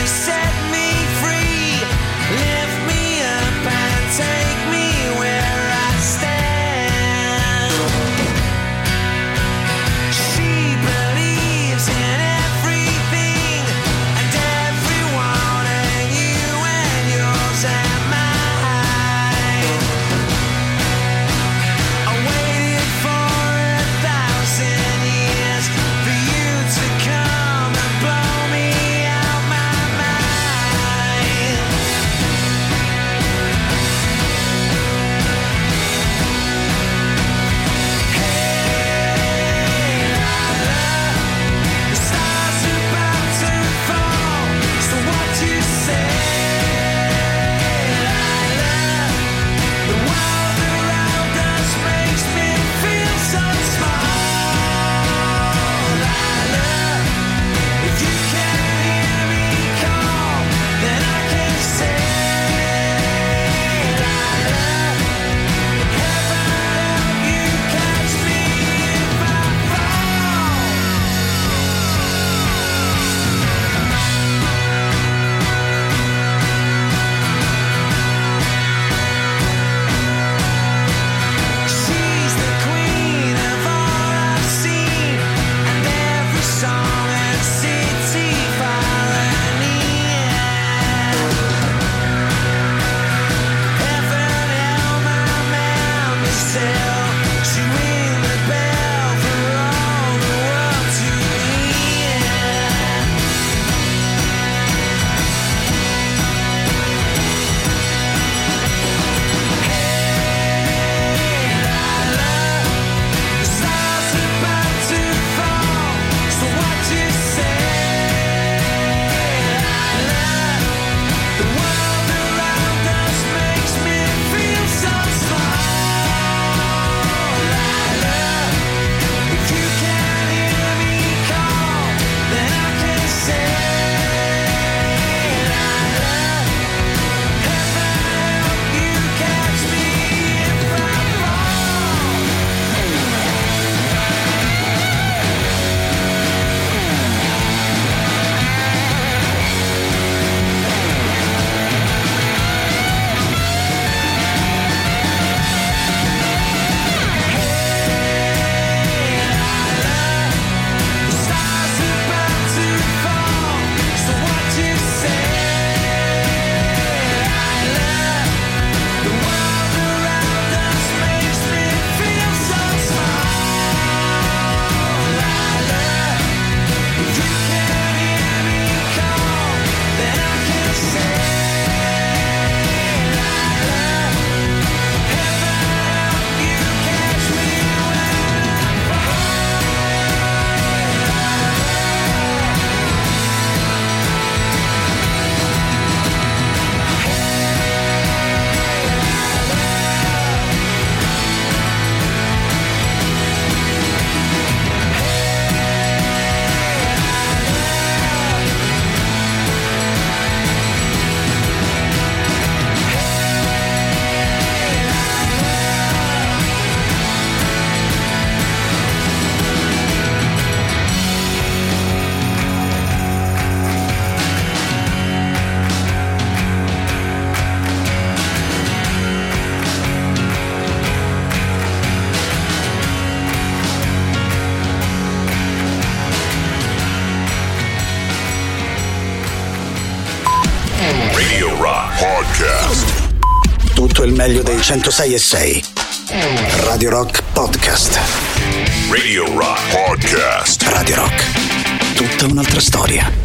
Speaker 2: Podcast.
Speaker 1: Tutto il meglio dei 106.6. Radio Rock Podcast.
Speaker 2: Radio Rock Podcast.
Speaker 1: Radio Rock. Tutta un'altra storia.